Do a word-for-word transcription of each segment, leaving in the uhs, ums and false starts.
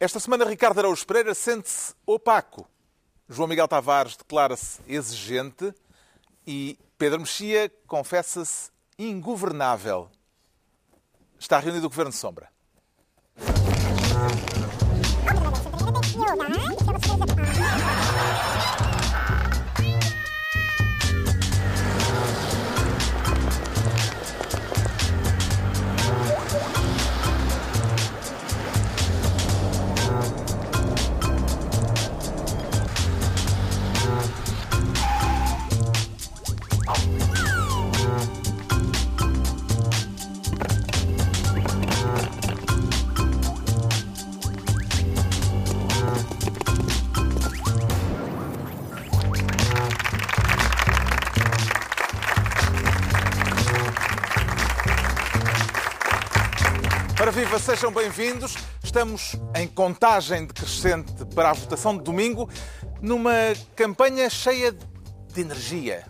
Esta semana, Ricardo Araújo Pereira sente-se opaco. João Miguel Tavares declara-se exigente e Pedro Mexia confessa-se ingovernável. Está reunido o Governo de Sombra. Ora viva, sejam bem-vindos. Estamos em contagem decrescente para a votação de domingo, numa campanha cheia de energia.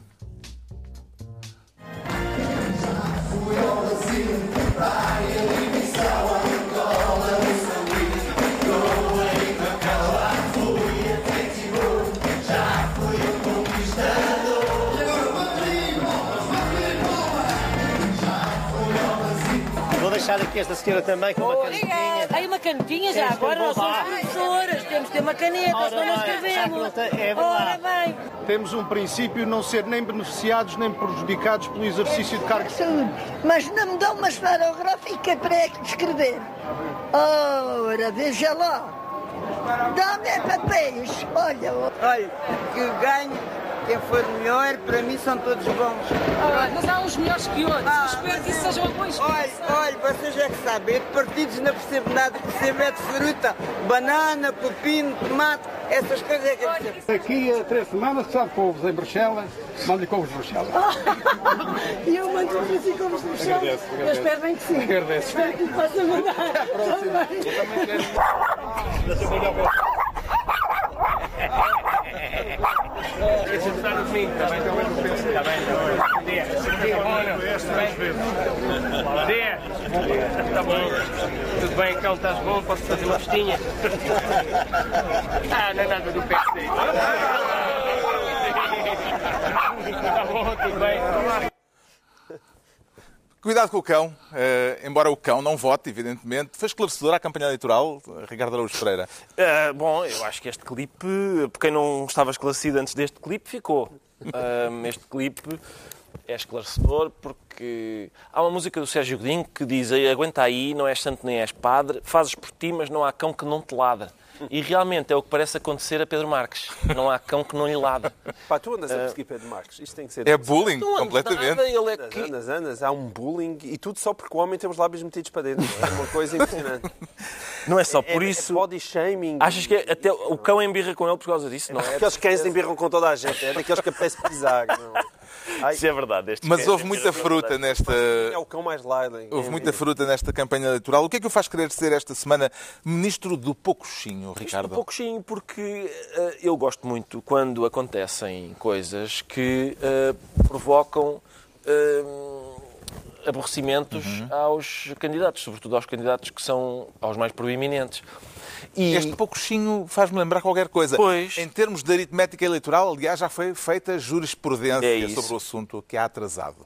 Vou deixar aqui esta senhora também com uma Oh, canetinha. Aí uma canetinha já, agora nós somos professoras, temos de ter uma caneta, Ora senão não bem, escrevemos. está pronta, é Ora verdade. bem. Temos um princípio não ser nem beneficiados nem prejudicados pelo exercício de cargos. Saúde. Mas não me dão uma esferográfica para escrever. Ora, veja lá. Dá-me papéis. Olha, Olha, que ganhe, quem for melhor, para mim são todos bons. Mas há uns melhores que outros. Ah, Espero que isso seja uma boa Olha, experiência. olha, vocês é que sabem, de partidos não percebo nada, percebo é de fruta, banana, pepino, tomate, essas coisas é que eu percebo. Daqui a três semanas, se há couves em Bruxelas, mande couves de Bruxelas. e eu mando para si como se me chama. Eu espero bem que sim. Agradeço. Espero que me possa mandar. Deixa de estar no fim, está bem? Está bem, está bem. Bom dia. Bom dia. Bom dia. Está bom. Tudo bem, Carlos, estás bom? Posso fazer uma festinha? Ah, não é nada do P S D. Está bom, tudo bem. Cuidado com o cão, uh, embora o cão não vote, evidentemente. Foi esclarecedora a campanha eleitoral, Ricardo Araújo Pereira? Uh, bom, eu acho que este clipe, para quem não estava esclarecido antes deste clipe, ficou. Uh, este clipe é esclarecedor porque há uma música do Sérgio Godinho que diz: aguenta aí, não és santo nem és padre, fazes por ti, mas não há cão que não te ladre. E realmente é o que parece acontecer a Pedro Marques. Não há cão que não lhe ladre. Pá, tu andas a perseguir Pedro Marques. Isto tem que ser... É bullying, Não ando completamente. nada, ele é Andas, que... andas, andas. Há um bullying e tudo só porque o homem tem os lábios metidos para dentro. É uma coisa impressionante. Não é só por É- é isso... body shaming. Achas que é- até o cão embirra com ele por causa disso? Não é? Aqueles cães embirram com toda a gente. É daqueles que apetece pisar. Não. Ai, Isso é verdade. Estes Mas cães houve embirram muita com fruta toda a gente. nesta... é o cão mais lying. Houve muita fruta nesta campanha eleitoral. O que é que o faz querer ser esta semana ministro do poucochinho, Ricardo? Um pouquinho, porque uh, eu gosto muito quando acontecem coisas que uh, provocam uh, aborrecimentos Uhum. aos candidatos, sobretudo aos candidatos que são aos mais proeminentes. E Este poucochinho faz-me lembrar qualquer coisa. Pois. Em termos de aritmética eleitoral, aliás, já foi feita jurisprudência É isso. sobre o assunto que há atrasado.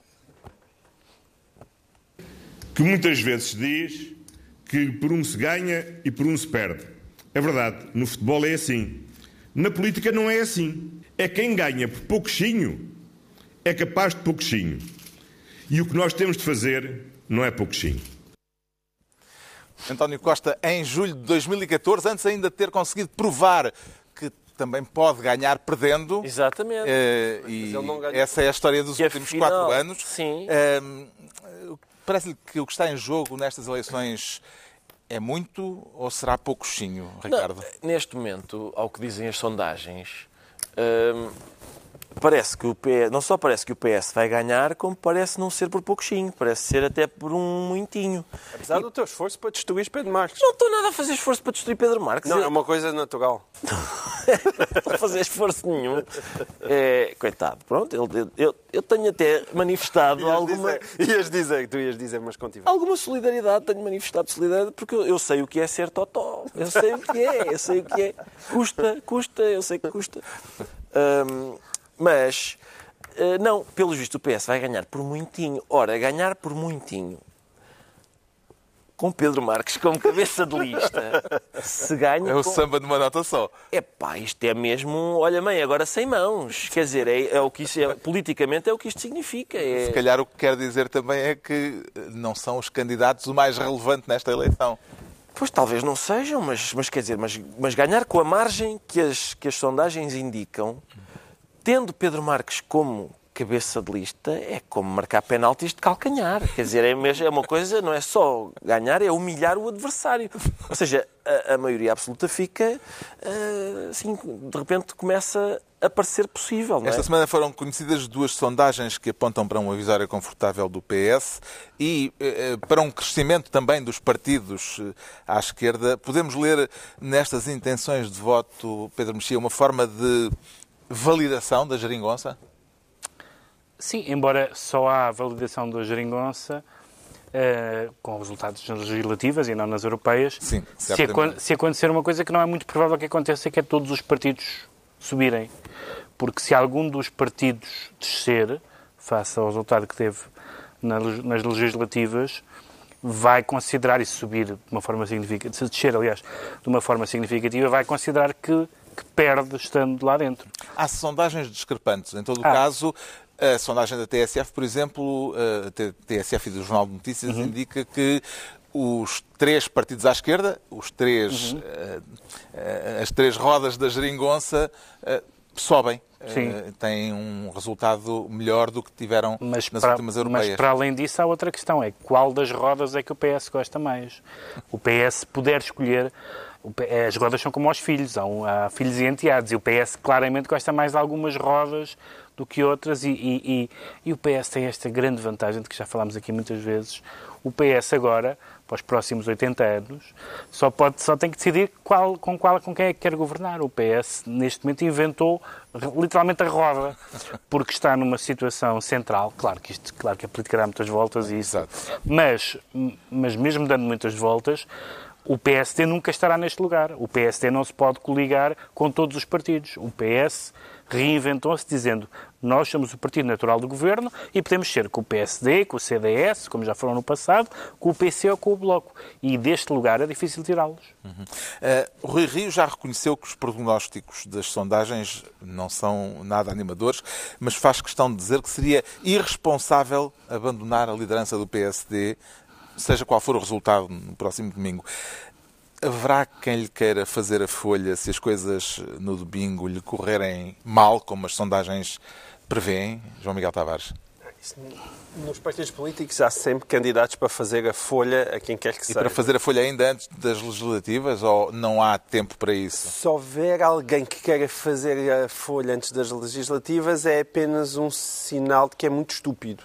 Que muitas vezes se diz que por um se ganha e por um se perde. É verdade, no futebol é assim. Na política não é assim. É quem ganha por pouquinho é capaz de pouquinho. E o que nós temos de fazer não é pouquinho. António Costa, em julho de dois mil e catorze, antes ainda de ter conseguido provar que também pode ganhar perdendo. Exatamente. eh, e ele não ganhou. essa é a história dos Que últimos afinal, quatro anos. sim. Eh, Parece-lhe que o que está em jogo nestas eleições é muito ou será pouquinho, Ricardo? Não, neste momento, ao que dizem as sondagens, hum, parece que o P S, não só parece que o P S vai ganhar, como parece não ser por pouquinho, parece ser até por um muitinho. Apesar do teu esforço para destruir Pedro Marques. Não estou nada a fazer esforço para destruir Pedro Marques. Não, Eu- é uma coisa natural. a fazer esforço nenhum. É, coitado, pronto, eu, eu, eu tenho até manifestado ias alguma... Dizer, ias dizer, tu ias dizer, mas continua. Alguma solidariedade, tenho manifestado solidariedade, porque eu, eu sei o que é ser totó. Eu sei o que é, eu sei o que é. Custa, custa, eu sei que custa. Um, mas, uh, não, pelo visto o P S vai ganhar por muitinho. Ora, ganhar por muitinho com Pedro Marques como cabeça de lista, se ganha... É o com... samba de uma nota só. É pá, isto é mesmo... Olha, mãe, agora sem mãos. Quer dizer, é, é o que isso é, politicamente é o que isto significa. É... Se calhar o que quer dizer também é que não são os candidatos o mais relevante nesta eleição. Pois talvez não sejam, mas, mas quer dizer, mas, mas ganhar com a margem que as, que as sondagens indicam, tendo Pedro Marques como cabeça de lista, é como marcar penaltis de calcanhar. Quer dizer, é, mesmo, é uma coisa, não é só ganhar, é humilhar o adversário. Ou seja, a, a maioria absoluta fica, uh, assim, de repente começa a parecer possível. Não é? Esta semana foram conhecidas duas sondagens que apontam para uma vitória confortável do P S e uh, para um crescimento também dos partidos uh, à esquerda. Podemos ler nestas intenções de voto, Pedro Mexia, uma forma de validação da geringonça? Sim, embora só há validação da geringonça uh, com resultados nas legislativas e não nas europeias. Sim, se, acon- se acontecer uma coisa que não é muito provável que aconteça, que é todos os partidos subirem. Porque se algum dos partidos descer, face ao resultado que teve na, nas legislativas, vai considerar, e se subir de uma forma significativa, se descer, aliás, de uma forma significativa, vai considerar que, que perde estando lá dentro. Há sondagens discrepantes. Em todo o ah. caso, a sondagem da T S F, por exemplo, a T S F e do Jornal de Notícias, uhum. indica que os três partidos à esquerda, os três, uhum. uh, uh, as três rodas da geringonça, uh, sobem. Uh, têm um resultado melhor do que tiveram mas nas para, últimas europeias. Mas, para além disso, há outra questão. É qual das rodas é que o P S gosta mais? O P S puder escolher... As rodas são como aos filhos. Há, um, há filhos e enteados. E o P S claramente gosta mais de algumas rodas do que outras. E, e, e, e o P S tem esta grande vantagem, de que já falámos aqui muitas vezes. O P S agora, para os próximos oitenta anos, só, pode, só tem que decidir qual, com, qual, com quem é que quer governar. O P S, neste momento, inventou literalmente a roda, porque está numa situação central. Claro que, isto, claro que a política dá muitas voltas, e isso, mas, mas mesmo dando muitas voltas, o P S D nunca estará neste lugar. O P S D não se pode coligar com todos os partidos. O P S reinventou-se dizendo: nós somos o partido natural do governo e podemos ser com o P S D, com o C D S, como já foram no passado, com o P C ou com o Bloco. E deste lugar é difícil tirá-los. Uhum. Uh, o Rui Rio já reconheceu que os prognósticos das sondagens não são nada animadores, mas faz questão de dizer que seria irresponsável abandonar a liderança do P S D, seja qual for o resultado no próximo domingo. Haverá quem lhe queira fazer a folha se as coisas no domingo lhe correrem mal, como as sondagens prevêem, João Miguel Tavares? Nos partidos políticos há sempre candidatos para fazer a folha a quem quer que e seja. E para fazer a folha ainda antes das legislativas, ou não há tempo para isso? Se houver alguém que queira fazer a folha antes das legislativas, é apenas um sinal de que é muito estúpido.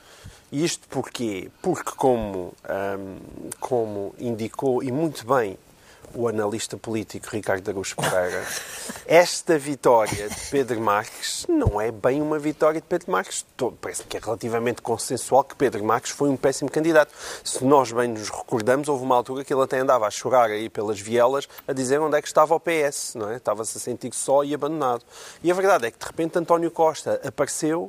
E isto porquê? Porque, como, hum, como indicou, e muito bem, o analista político Ricardo Araújo Pereira, esta vitória de Pedro Marques não é bem uma vitória de Pedro Marques. Parece que é relativamente consensual que Pedro Marques foi um péssimo candidato. Se nós bem nos recordamos, houve uma altura que ele até andava a chorar aí pelas vielas a dizer onde é que estava o P S, não é? Estava-se a sentir só e abandonado. E a verdade é que, de repente, António Costa apareceu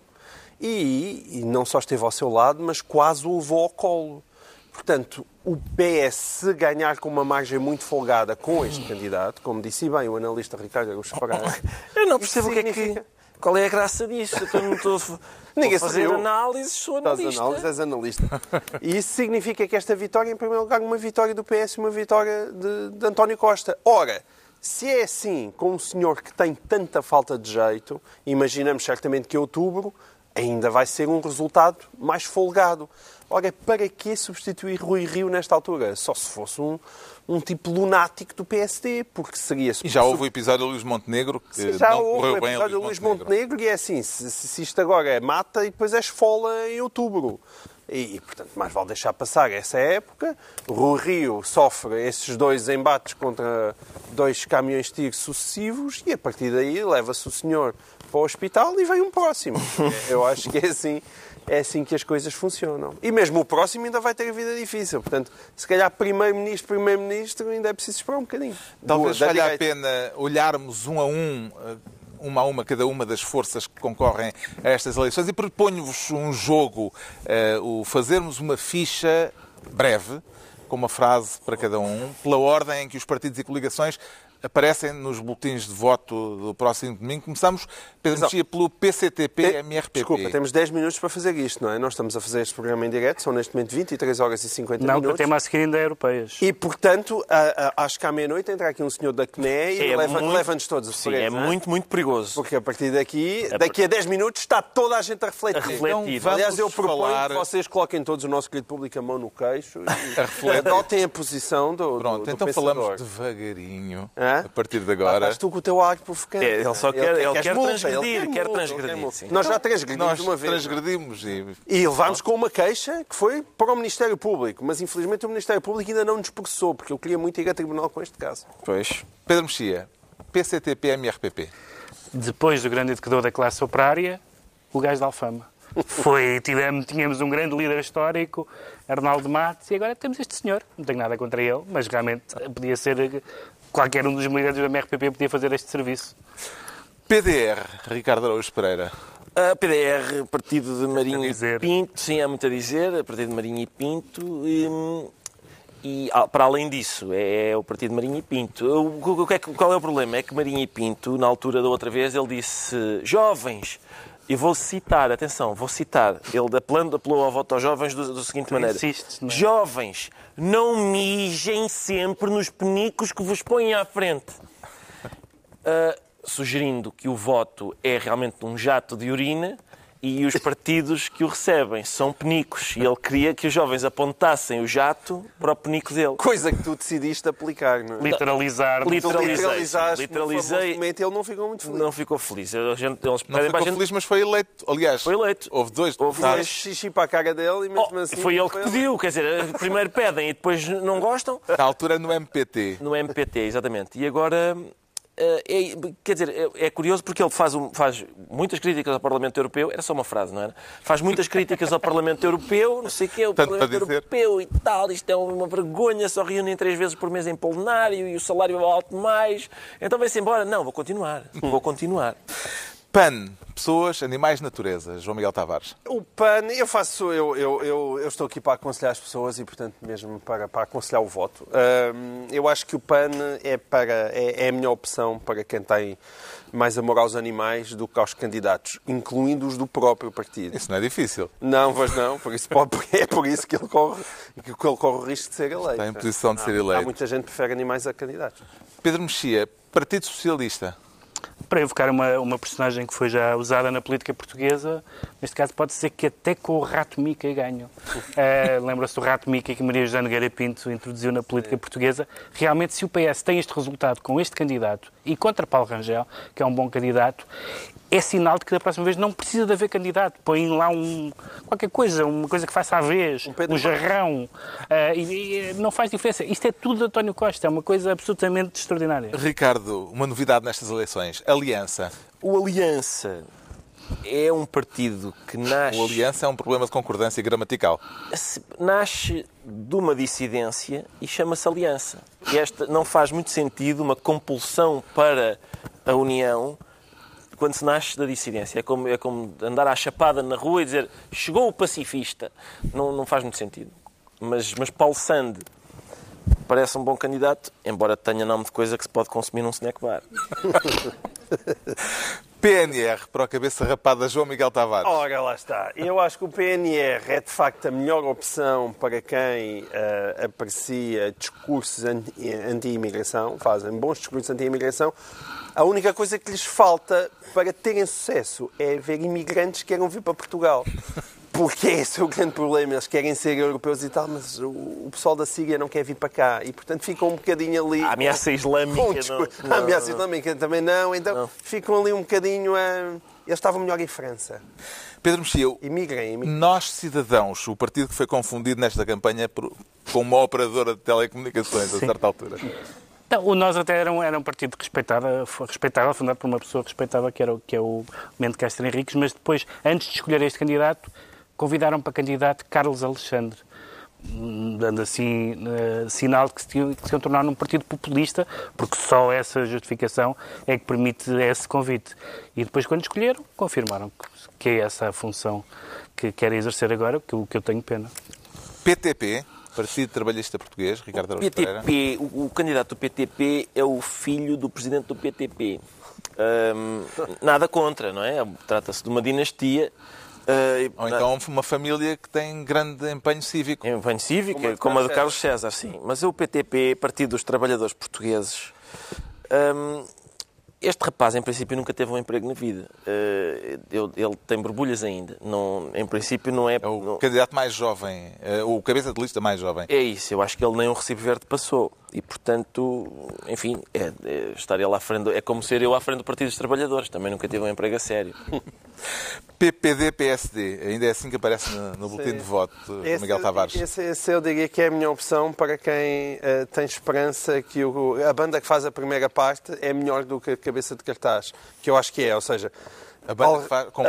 e, e não só esteve ao seu lado, mas quase o levou ao colo. Portanto, o P S ganhar com uma margem muito folgada com este candidato, como disse bem o analista Ricardo Araújo Pereira... Eu não percebo o que é que... Qual é a graça disso? Eu não estou, Ninguém estou a fazer análises, sou analista. Análise, és analista. E isso significa que esta vitória, em primeiro lugar, uma vitória do P S e uma vitória de, de António Costa. Ora, se é assim com um senhor que tem tanta falta de jeito, imaginamos certamente que em outubro ainda vai ser um resultado mais folgado. Ora, para que substituir Rui Rio nesta altura? Só se fosse um, um tipo lunático do P S D, porque seria... E já houve o episódio de Luís Montenegro, que Sim, já não houve correu o bem episódio a de Luís Montenegro, e é assim, se, se isto agora é mata e depois é esfola em outubro. E, e, portanto, mais vale deixar passar essa época. O Rui Rio sofre esses dois embates contra dois caminhões de tiro sucessivos e, a partir daí, leva-se o senhor para o hospital e vem um próximo. Eu acho que é assim, é assim que as coisas funcionam. E mesmo o próximo ainda vai ter a vida difícil. Portanto, se calhar primeiro-ministro, primeiro-ministro, ainda é preciso esperar um bocadinho. Talvez Da valha a direita. pena olharmos um a um, uma a uma, cada uma das forças que concorrem a estas eleições, e proponho-vos um jogo, uh, o fazermos uma ficha breve, com uma frase para cada um, pela ordem em que os partidos e coligações aparecem nos boletins de voto do próximo domingo. Começamos, Pedro Mexia, pelo P C T P M R P P. Desculpa, temos dez minutos para fazer isto, não é? Nós estamos a fazer este programa em direto, são neste momento vinte e três horas e cinquenta Não, minutos. que o tema a seguir ainda é europeias. E, portanto, a, a, acho que à meia-noite entra aqui um senhor da C N E e É leva- muito- leva-nos todos a Sim, surpresa, é não muito, muito perigoso. Porque a partir daqui, É daqui a dez minutos, está toda a gente a refletir. A refletir. Então, Aliás, eu vamos proponho falar- que vocês coloquem todos o nosso querido público a mão no queixo e A refletir. adotem a posição do, Pronto, do, do então pensador. falamos devagarinho, Hã? a partir de Ah, agora. estás tu com o teu ar provocante. É, ele só quer- ele quer multa, transgredir, ele quer multa, transgredir, ele quer multa. sim. Nós já transgredimos Nós uma vez. transgredimos e... E levámos com uma queixa que foi para o Ministério Público, mas infelizmente o Ministério Público ainda não nos processou, porque eu queria muito ir a tribunal com este caso. Pois. Pedro Mexia, P C T P M R P P. Depois do grande educador da classe operária, o gajo da Alfama. Foi, tivemos, tínhamos um grande líder histórico, Arnaldo Matos, e agora temos este senhor. Não tenho nada contra ele, mas realmente podia ser... Qualquer um dos líderes do M R P P podia fazer este serviço. P D R, Ricardo Araújo Pereira. A P D R, Partido de Marinho e dizer. Pinto, sim, há muito a dizer, Partido de Marinho e Pinto, e, e ah, para além disso, é, é o Partido de Marinho e Pinto. O, o, que é que- qual é o problema? É que Marinho e Pinto, na altura da outra vez, ele disse, jovens, e vou citar, atenção, vou citar, ele apelando, apelou ao voto aos jovens da seguinte maneira, insistes, não é? jovens, não mijem sempre nos penicos que vos põem à frente. Uh, sugerindo que o voto é realmente um jato de urina e os partidos que o recebem são penicos. E ele queria que os jovens apontassem o jato para o penico dele. Coisa que tu decidiste aplicar, não é? Literalizar. Tu Literalizei. literalizaste Literalizei. no famoso momento e ele não ficou muito feliz. Não ficou feliz. A gente, eles Não pedem para ficou a gente... feliz, mas foi eleito. Aliás, Foi eleito. houve dois Houve deputados. Fez xixi para a cara dele e mesmo Oh, assim... foi ele que pediu, quer dizer, primeiro pedem e depois não gostam. Na altura no M P T. No M P T, exatamente. E agora, eh, é, quer dizer, é, é curioso porque ele faz, um- faz muitas críticas ao Parlamento Europeu. Era só uma frase, não era? Faz muitas críticas ao Parlamento Europeu, não sei o quê, o Tanto Parlamento para dizer. Europeu e tal. Isto é uma vergonha, só reúnem três vezes por mês em plenário e o salário é alto demais. Então vai-se embora. Não, vou continuar. Vou continuar. P A N, Pessoas, Animais, Natureza. João Miguel Tavares. O P A N, eu faço, eu, eu, eu, eu estou aqui para aconselhar as pessoas e, portanto, mesmo para, para aconselhar o voto. Hum, eu acho que o P A N é, para, é, é a melhor opção para quem tem mais amor aos animais do que aos candidatos, incluindo os do próprio partido. Isso não é difícil. Não, mas não, por isso pode, é por isso que ele corre, que ele corre o risco de ser eleito. Está em posição de ser Há- eleito. Há muita gente que prefere animais a candidatos. Pedro Mexia, Partido Socialista. Para evocar uma, uma personagem que foi já usada na política portuguesa, neste caso pode ser que até com o Rato Mica ganho. Uh, Lembra-se do Rato Mica que Maria José Nogueira Pinto introduziu na política portuguesa. Realmente, se o P S tem este resultado com este candidato e contra Paulo Rangel, que é um bom candidato, é sinal de que da próxima vez não precisa de haver candidato. Põem lá um, qualquer coisa, uma coisa que faça à vez, um, um jarrão, uh, e, e não faz diferença. Isto é tudo de António Costa, é uma coisa absolutamente extraordinária. Ricardo, uma novidade nestas eleições. Aliança. O Aliança é um partido que nasce... O Aliança é um problema de concordância gramatical. nasce de uma dissidência e chama-se Aliança. E esta não faz muito sentido uma compulsão para a união quando se nasce da dissidência. É como, é como andar à chapada na rua e dizer chegou o pacifista. Não, não faz muito sentido. Mas, mas Paulo Sande parece um bom candidato, embora tenha nome de coisa que se pode consumir num snack bar. P N R, para a cabeça rapada João Miguel Tavares. Ora, lá está. Eu acho que o P N R é, de facto, a melhor opção para quem uh, aprecia discursos anti- anti-imigração, fazem bons discursos anti-imigração. A única coisa que lhes falta para terem sucesso é ver imigrantes que queiram vir para Portugal. Porque esse é o grande problema. Eles querem ser europeus e tal, mas o, o pessoal da Síria não quer vir para cá. E, portanto, ficam um bocadinho ali... A ameaça islâmica, com não, discurso- não, A ameaça não. islâmica também não. Então, Não. ficam ali um bocadinho a... Eles estavam melhor em França. Pedro Mexia, Imigrem, imigrem. Nós, Cidadãos, o partido que foi confundido nesta campanha por, com uma operadora de telecomunicações, a certa altura. Então, o Nós até era um, era um partido respeitável, respeitável, fundado por uma pessoa respeitável, que, era, o- que é o Mendes Castro Henriques, mas depois, antes de escolher este candidato, convidaram para candidato Carlos Alexandre, dando assim uh, sinal de que se, tinham, que se iam tornar num partido populista, porque só essa justificação é que permite esse convite. E depois, quando escolheram, confirmaram que, que é essa a função que querem exercer agora, que, o que eu tenho pena. P T P, Partido Trabalhista Português, Ricardo Araújo Pereira. P T P, o, o candidato do P T P é o filho do presidente do P T P. Ahm, nada contra, não é? Trata-se de uma dinastia. Uh, Ou então uma família que tem grande empenho cívico. Empenho cívico, como, como a de Carlos César, sim. Mas o P T P, Partido dos Trabalhadores Portugueses, um, este rapaz, em princípio, nunca teve um emprego na vida. Uh, ele, ele tem borbulhas ainda. Não, em princípio, não é... É o não... candidato mais jovem, o cabeça de lista mais jovem. É isso, eu acho que ele nem um recibo verde passou. E, portanto, enfim, é, é estar ele à frente... É como ser eu à frente do Partido dos Trabalhadores. Também nunca tive um emprego a sério. P P D P S D, ainda é assim que aparece no, no boletim de voto, Esse, Miguel Tavares. Esse, esse eu diria que é a minha opção para quem uh, tem esperança que o, a banda que faz a primeira parte é melhor do que a cabeça de cartaz. Que eu acho que é, ou seja... A banda Paulo- que faz, com,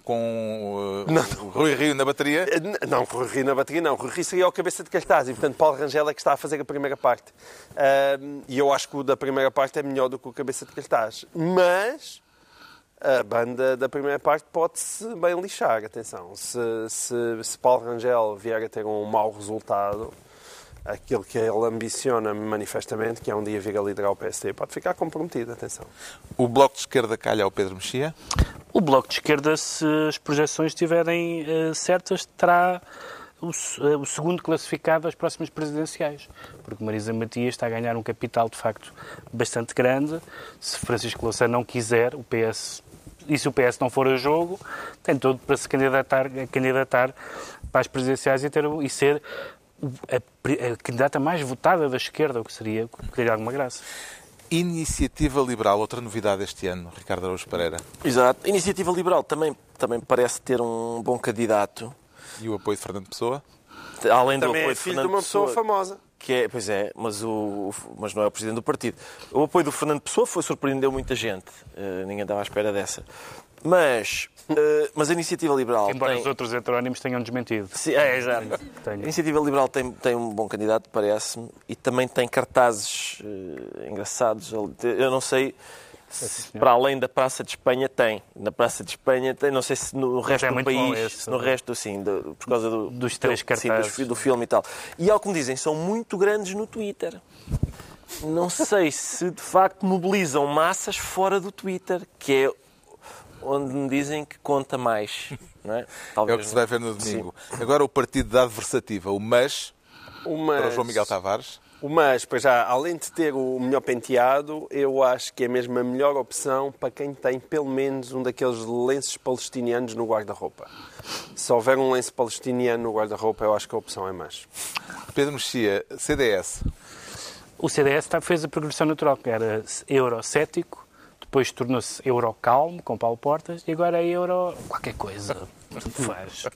com uh, o Rui Rio na bateria. Uh, Não, Rui Rio na bateria não. Rui Rio seria o cabeça de cartaz e, portanto, Paulo Rangel é que está a fazer a primeira parte. Uh, e eu acho que o da primeira parte é melhor do que o cabeça de cartaz. Mas... a banda da primeira parte pode-se bem lixar, atenção. Se, se, se Paulo Rangel vier a ter um mau resultado, aquilo que ele ambiciona manifestamente, que é um dia vir a liderar o P S D, pode ficar comprometido, atenção. O Bloco de Esquerda calha ao Pedro Mexia. O Bloco de Esquerda, se as projeções estiverem uh, certas, terá o, uh, o segundo classificado às próximas presidenciais. Porque Marisa Matias está a ganhar um capital, de facto, bastante grande. Se Francisco Louçã não quiser, o P S... E se o P S não for a jogo, tem todo para se candidatar, candidatar para as presidenciais e, ter, e ser a, a candidata mais votada da esquerda, o que seria, que teria alguma graça. Iniciativa Liberal, outra novidade este ano, Ricardo Araújo Pereira. Exato. A Iniciativa Liberal também, também parece ter um bom candidato. E o apoio de Fernando Pessoa? Além do Também apoio é de filho Fernando de uma pessoa Pessoa, famosa. que é, pois é, mas, o, mas não é o presidente do partido. O apoio do Fernando Pessoa foi, surpreendeu muita gente. Uh, ninguém estava à espera dessa. Mas, uh, mas a Iniciativa Liberal Embora tem... os outros heterónimos tenham desmentido. Sim, é, exato. Tenho. A Iniciativa Liberal tem, tem um bom candidato, parece-me, e também tem cartazes uh, engraçados. Eu não sei se para além da Praça de Espanha tem. Na Praça de Espanha tem, não sei se no resto é do muito bom país, esse. se no resto, sim, do, por causa do, Dos três sim, cartazes. do, do filme e tal. E, ao que me dizem, são muito grandes no Twitter. Não sei se, de facto, mobilizam massas fora do Twitter, que é onde me dizem que conta mais. Não é? Talvez É o que se vai ver no domingo. Sim. Agora o partido da adversativa, o MAS, o MAS, para o João Miguel Tavares. O MAS, para já, além de ter o melhor penteado, eu acho que é mesmo a melhor opção para quem tem pelo menos um daqueles lenços palestinianos no guarda-roupa. Se houver um lenço palestiniano no guarda-roupa, eu acho que a opção é MAS. Pedro Mexia, C D S. O C D S fez a progressão natural, que era eurocético, depois tornou-se eurocalmo, com Paulo Portas, e agora é euro... qualquer coisa. Faz.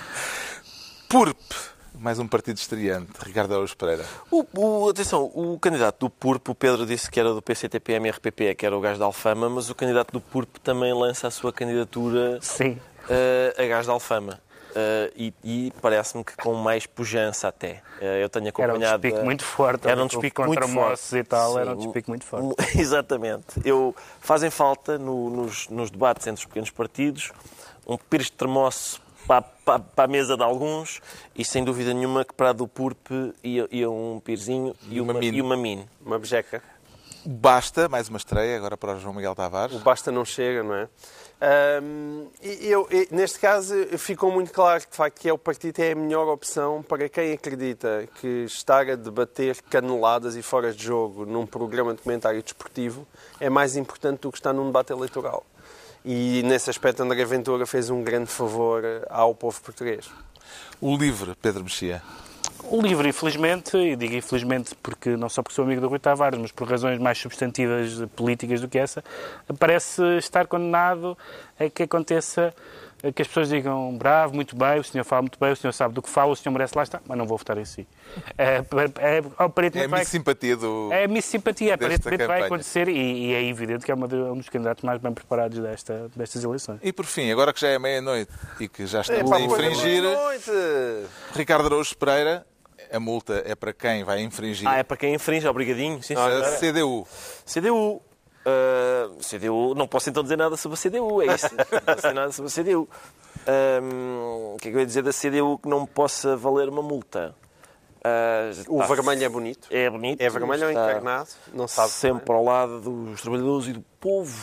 P U R P. Mais um partido estreante. Ricardo Araújo Pereira. O, o, atenção, o candidato do P U R P, o Pedro disse que era do P C T P M R P P, que era o gajo da Alfama, mas o candidato do P U R P também lança a sua candidatura Sim. Uh, a gajo da Alfama. Uh, e e parece-me que com mais pujança até. Uh, eu tenho acompanhado... Era um despique muito forte. Era um despique muito forte. E tal, Sim, era um despique muito forte. Exatamente. Eu, fazem falta no, nos, nos debates entre os pequenos partidos um pires de termoço para, para, para a mesa de alguns e, sem dúvida nenhuma, que para a do P U R P ia, ia um pirzinho e, e uma, uma mini. e uma mini. Uma bejeca. Basta, mais uma estreia, agora para o João Miguel Tavares. O basta não chega, não é? Um, e eu, e, neste caso, ficou muito claro que, de facto, que é o partido é a melhor opção para quem acredita que estar a debater caneladas e fora de jogo num programa de comentário desportivo é mais importante do que estar num debate eleitoral. E, nesse aspecto, André Ventura fez um grande favor ao povo português. O LIVRE, Pedro Mexia. O livro, infelizmente, e digo infelizmente porque não só porque sou amigo do Rui Tavares, mas por razões mais substantivas políticas do que essa, parece estar condenado a que aconteça, a que as pessoas digam bravo, muito bem, o senhor fala muito bem, o senhor sabe do que fala, o senhor merece lá estar, mas não vou votar em si. É, é, é, é a miss simpatia do... É a miss simpatia, aparentemente vai campanha. acontecer e, e é evidente que é uma de, um dos candidatos mais bem preparados desta, destas eleições. E por fim, agora que já é meia-noite e que já estamos É, a infringir, Ricardo Araújo Pereira, a multa é para quem vai infringir. Ah, é para quem infringe, obrigadinho. Sim, a C D U. C D U. Uh, C D U. Não posso então dizer nada sobre a C D U, é isso. Não posso dizer nada sobre a C D U. Um, o que é que eu ia dizer da C D U que não possa valer uma multa? Uh, o tá, vermelho é bonito. É bonito. É vermelho ou encarnado? Não sabe. Sempre ao lado dos trabalhadores e do povo.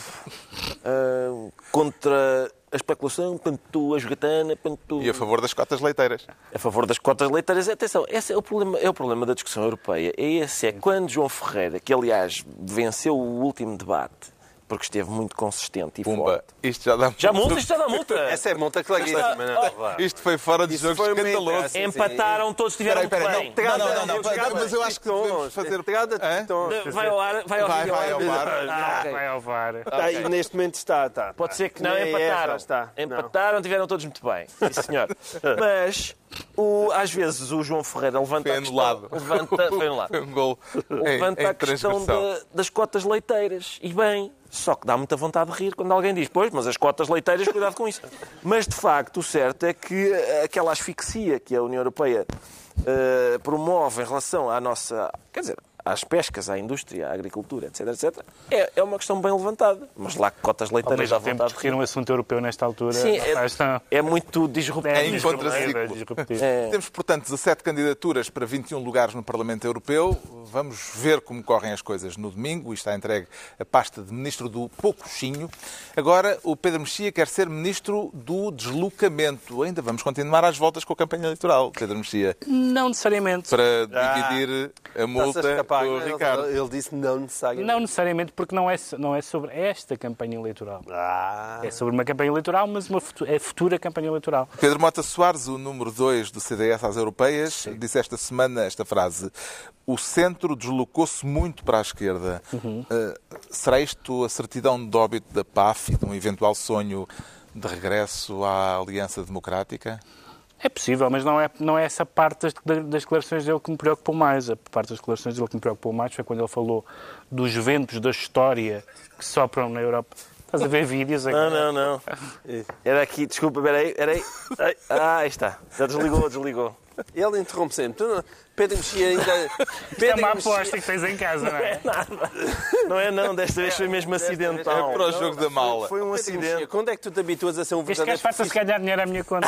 Uh, contra a especulação, portanto, a jogatana, portanto... E a favor das cotas leiteiras. A favor das cotas leiteiras. Atenção, esse é o problema, é o problema da discussão europeia. É esse, é quando João Ferreira, que aliás venceu o último debate, porque esteve muito consistente e Pumba, forte. Isto já dá multa. Já multa? Isto já dá multa. Essa é multa claríssima. Isto foi fora de jogo escandaloso. Empataram, todos estiveram muito bem. Não, não, não, mas eu acho que devemos fazer... Vai ao ar, vai ao Vai, vai ao ar. Vai ao V A R. Tá, e neste momento está, está. Pode ser que não, É, empataram. é, está. Empataram, tiveram todos muito bem. Sim, senhor. Mas, o, às vezes, o João Ferreira levanta foi a questão... anulado. Levanta, foi anulado. Foi um gol Levanta em, em a questão da, das cotas leiteiras. E bem... Só que dá muita vontade de rir quando alguém diz, pois, mas as cotas leiteiras, cuidado com isso. Mas, de facto, o certo é que aquela asfixia que a União Europeia uh, promove em relação à nossa... Quer dizer, às pescas, à indústria, à agricultura, etc, etcétera, é, é uma questão bem levantada. Mas lá que cotas leiteiras dá Ao mesmo tempo, vontade de discutir um assunto europeu nesta altura... Sim, é, faz, é muito disruptivo. É em contraciclo. É. Temos, portanto, dezassete candidaturas para vinte e um lugares no Parlamento Europeu. Vamos ver como correm as coisas no domingo. Está entregue a pasta de Ministro do Poucochinho. Agora, o Pedro Mexia quer ser Ministro do Deslocamento. Ainda vamos continuar às voltas com a campanha eleitoral, Pedro Mexia. Não necessariamente. Para dividir a multa com o Ricardo. Ele disse não necessariamente. Não necessariamente, porque não é, não é sobre esta campanha eleitoral. Ah. É sobre uma campanha eleitoral, mas uma futura, é futura campanha eleitoral. Pedro Mota Soares, o número dois do C D S às europeias, Sim. disse esta semana esta frase: o centro deslocou-se muito para a esquerda. Uhum. Uh, será isto a certidão de óbito da P A F e de um eventual sonho de regresso à Aliança Democrática? É possível, mas não é, não é essa parte das, das declarações dele que me preocupou mais. A parte das declarações dele que me preocupou mais foi quando ele falou dos ventos da história que sopram na Europa. Estás a ver vídeos aqui? Não, não, não. Era aqui, desculpa, peraí, peraí. Ah, aí está. Já desligou, desligou. Ele interrompe sempre. Tu não... Pedro Mexia ainda... Isto é uma aposta que tens em casa, não é? Não é nada. Não é não, desta vez foi mesmo acidental. É para o jogo da mala. Foi um acidente. Quando é que tu te habituas a ser um Este verdadeiro... gajo passa-se ganhar dinheiro à minha conta.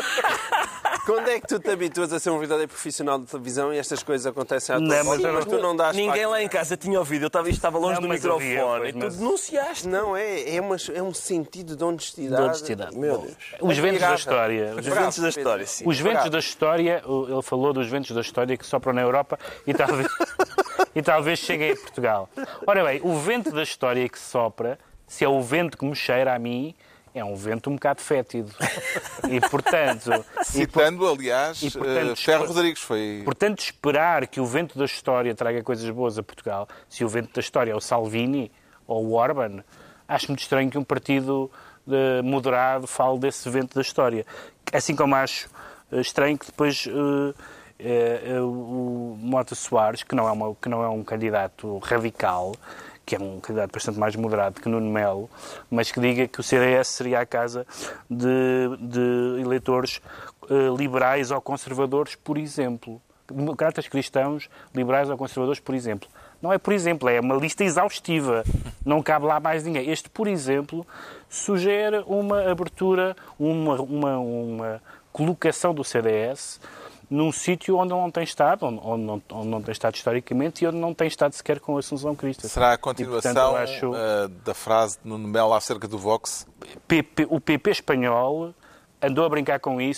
Quando é que tu te habituas a ser um verdadeiro profissional de televisão e estas coisas acontecem à tua Não, volta, mas mas tu não dás Ninguém parte? lá em casa tinha ouvido. Eu estava, estava longe Não, do mas microfone havia, pois, e tu mas- denunciaste. Não, é, é, uma, é um sentido de honestidade. De honestidade. Meu Deus. Os ventos da Admirável. história. Os ventos da história, sim. Os ventos da história, ele falou dos ventos da história que sopram na Europa e talvez, e talvez cheguem a Portugal. Ora bem, o vento da história que sopra, se é o vento que me cheira a mim, é um vento um bocado fétido. E, portanto... Citando, e, aliás, e, portanto, uh, Ferro Rodrigues foi... Portanto, esperar que o vento da história traga coisas boas a Portugal, se o vento da história é o Salvini ou o Orban, acho muito estranho que um partido uh, moderado fale desse vento da história. Assim como acho uh, estranho que depois... Uh, Uh, uh, o Mota Soares, que não, é uma, que não é um candidato radical, que é um candidato bastante mais moderado que Nuno Melo, mas que diga que o C D S seria a casa de, de eleitores uh, liberais ou conservadores, por exemplo. Democratas cristãos, liberais ou conservadores, por exemplo. Não é por exemplo, é uma lista exaustiva. Não cabe lá mais ninguém. Este, por exemplo, sugere uma abertura, uma, uma, uma colocação do C D S num sítio onde não tem estado, onde, onde, não, onde não tem estado historicamente e onde não tem estado sequer com a Assunção Cristas. Será a continuação e, portanto, acho... uh, da frase de Nuno Melo acerca do Vox? P P, o P P espanhol andou a brincar com isso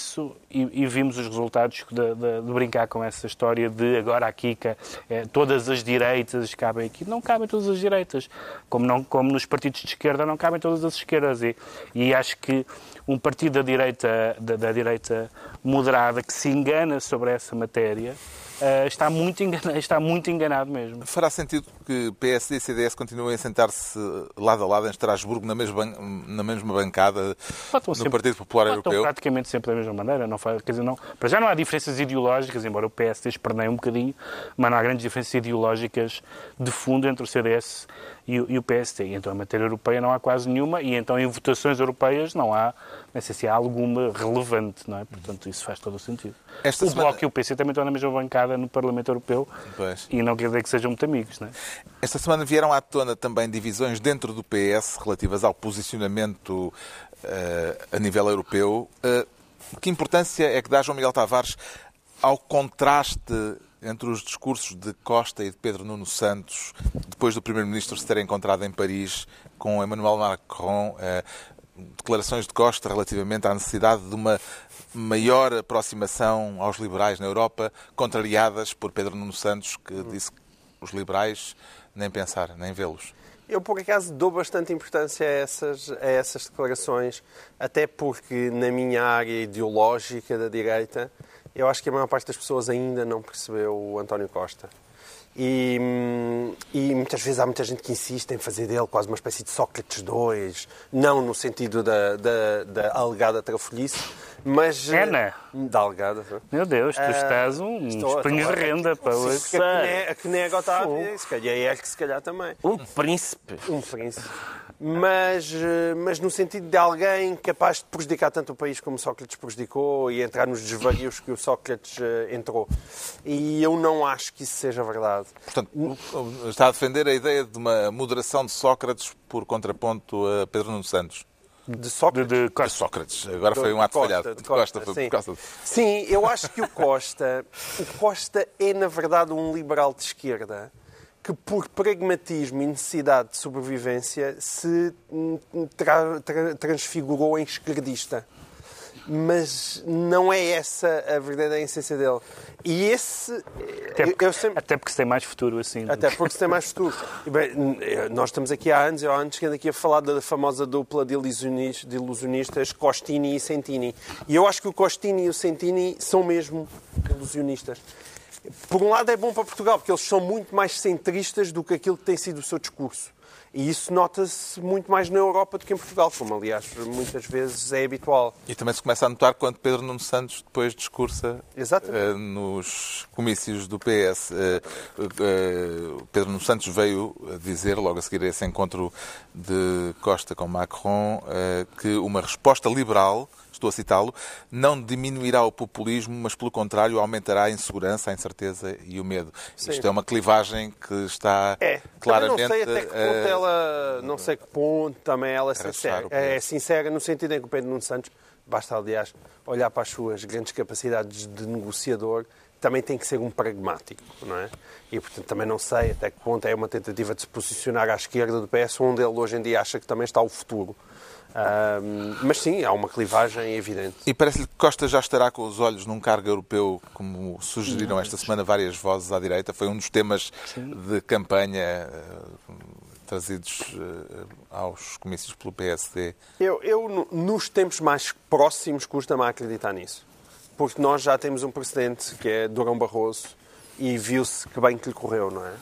e, e vimos os resultados de, de, de brincar com essa história de agora aqui que, é, todas as direitas cabem aqui. Não cabem todas as direitas, como, não, como nos partidos de esquerda não cabem todas as esquerdas. E, e acho que um partido da direita, da, da direita moderada que se engana sobre essa matéria uh, está, muito enganado, está muito enganado mesmo. Fará sentido que P S D e C D S continuem a sentar-se lado a lado em Estrasburgo, na mesma, na mesma bancada no sempre, Partido Popular Europeu? Estão praticamente sempre da mesma maneira. Não faz, quer dizer, não, para já não há diferenças ideológicas, embora o P S D esperneie um bocadinho, mas não há grandes diferenças ideológicas de fundo entre o C D S e o, e o P S D. E então, em matéria europeia não há quase nenhuma, e então em votações europeias não há, não sei se há alguma relevante, não é? Portanto, isso faz todo o sentido. Esta o semana... Bloco e o P C também estão na mesma bancada no Parlamento Europeu, pois. E não quer dizer que sejam muito amigos, não é? Esta semana vieram à tona também divisões dentro do P S relativas ao posicionamento uh, a nível europeu. Uh, que importância é que dá João Miguel Tavares ao contraste entre os discursos de Costa e de Pedro Nuno Santos, depois do Primeiro-Ministro se ter encontrado em Paris com Emmanuel Macron, uh, declarações de Costa relativamente à necessidade de uma maior aproximação aos liberais na Europa, contrariadas por Pedro Nuno Santos, que disse que os liberais nem pensar, nem vê-los. Eu, por acaso, dou bastante importância a essas, a essas declarações, até porque na minha área ideológica da direita, eu acho que a maior parte das pessoas ainda não percebeu o António Costa. E, e muitas vezes há muita gente que insiste em fazer dele quase uma espécie de Sócrates dois, não no sentido da, da, da alegada trafolhice, mas... Ana! Da alegada. Meu Deus, tu uh, estás um espinhos de renda para hoje. A que nega o está a ver, se calhar é que se calhar também. Um príncipe. Um príncipe. Mas, mas no sentido de alguém capaz de prejudicar tanto o país como Sócrates prejudicou e entrar nos desvarios que o Sócrates entrou. E eu não acho que isso seja verdade. Portanto, está a defender a ideia de uma moderação de Sócrates por contraponto a Pedro Nuno Santos? De Sócrates? De, de, de Sócrates. Agora foi um ato Costa, falhado. De Costa, Costa, sim. Por causa de... Sim, eu acho que o Costa, o Costa é, na verdade, um liberal de esquerda que, por pragmatismo e necessidade de sobrevivência, se tra tra transfigurou em esquerdista. Mas não é essa a verdadeira essência dele. E esse... Até porque, eu sempre... até porque se tem mais futuro assim. Até porque se tem mais futuro. E bem, nós estamos aqui há anos, eu há anos que ando aqui a falar da famosa dupla de ilusionistas, de ilusionistas Costini e Sentini. E eu acho que o Costini e o Sentini são mesmo ilusionistas. Por um lado é bom para Portugal, porque eles são muito mais centristas do que aquilo que tem sido o seu discurso. E isso nota-se muito mais na Europa do que em Portugal, como, aliás, muitas vezes é habitual. E também se começa a notar quando Pedro Nuno Santos depois discursa uh, nos comícios do P S. Uh, uh, Pedro Nuno Santos veio dizer, logo a seguir a esse encontro de Costa com Macron, uh, que uma resposta liberal, estou a citá-lo, não diminuirá o populismo, mas, pelo contrário, aumentará a insegurança, a incerteza e o medo. Sim. Isto é uma clivagem que está é. claramente... Não sei até que ponto ela, não sei que ponto também ela é sincera. É sincera no sentido em que o Pedro Nuno Santos, basta, aliás, olhar para as suas grandes capacidades de negociador, também tem que ser um pragmático, não é? E, portanto, também não sei até que ponto é uma tentativa de se posicionar à esquerda do P S, onde ele hoje em dia acha que também está o futuro. Um, mas sim, há uma clivagem evidente. E parece-lhe que Costa já estará com os olhos num cargo europeu, como sugeriram esta semana várias vozes à direita. Foi um dos temas sim. de campanha uh, trazidos uh, aos comícios pelo P S D. Eu, eu, nos tempos mais próximos, custa-me a acreditar nisso. Porque nós já temos um precedente, que é Durão Barroso, e viu-se que bem que lhe correu, não é?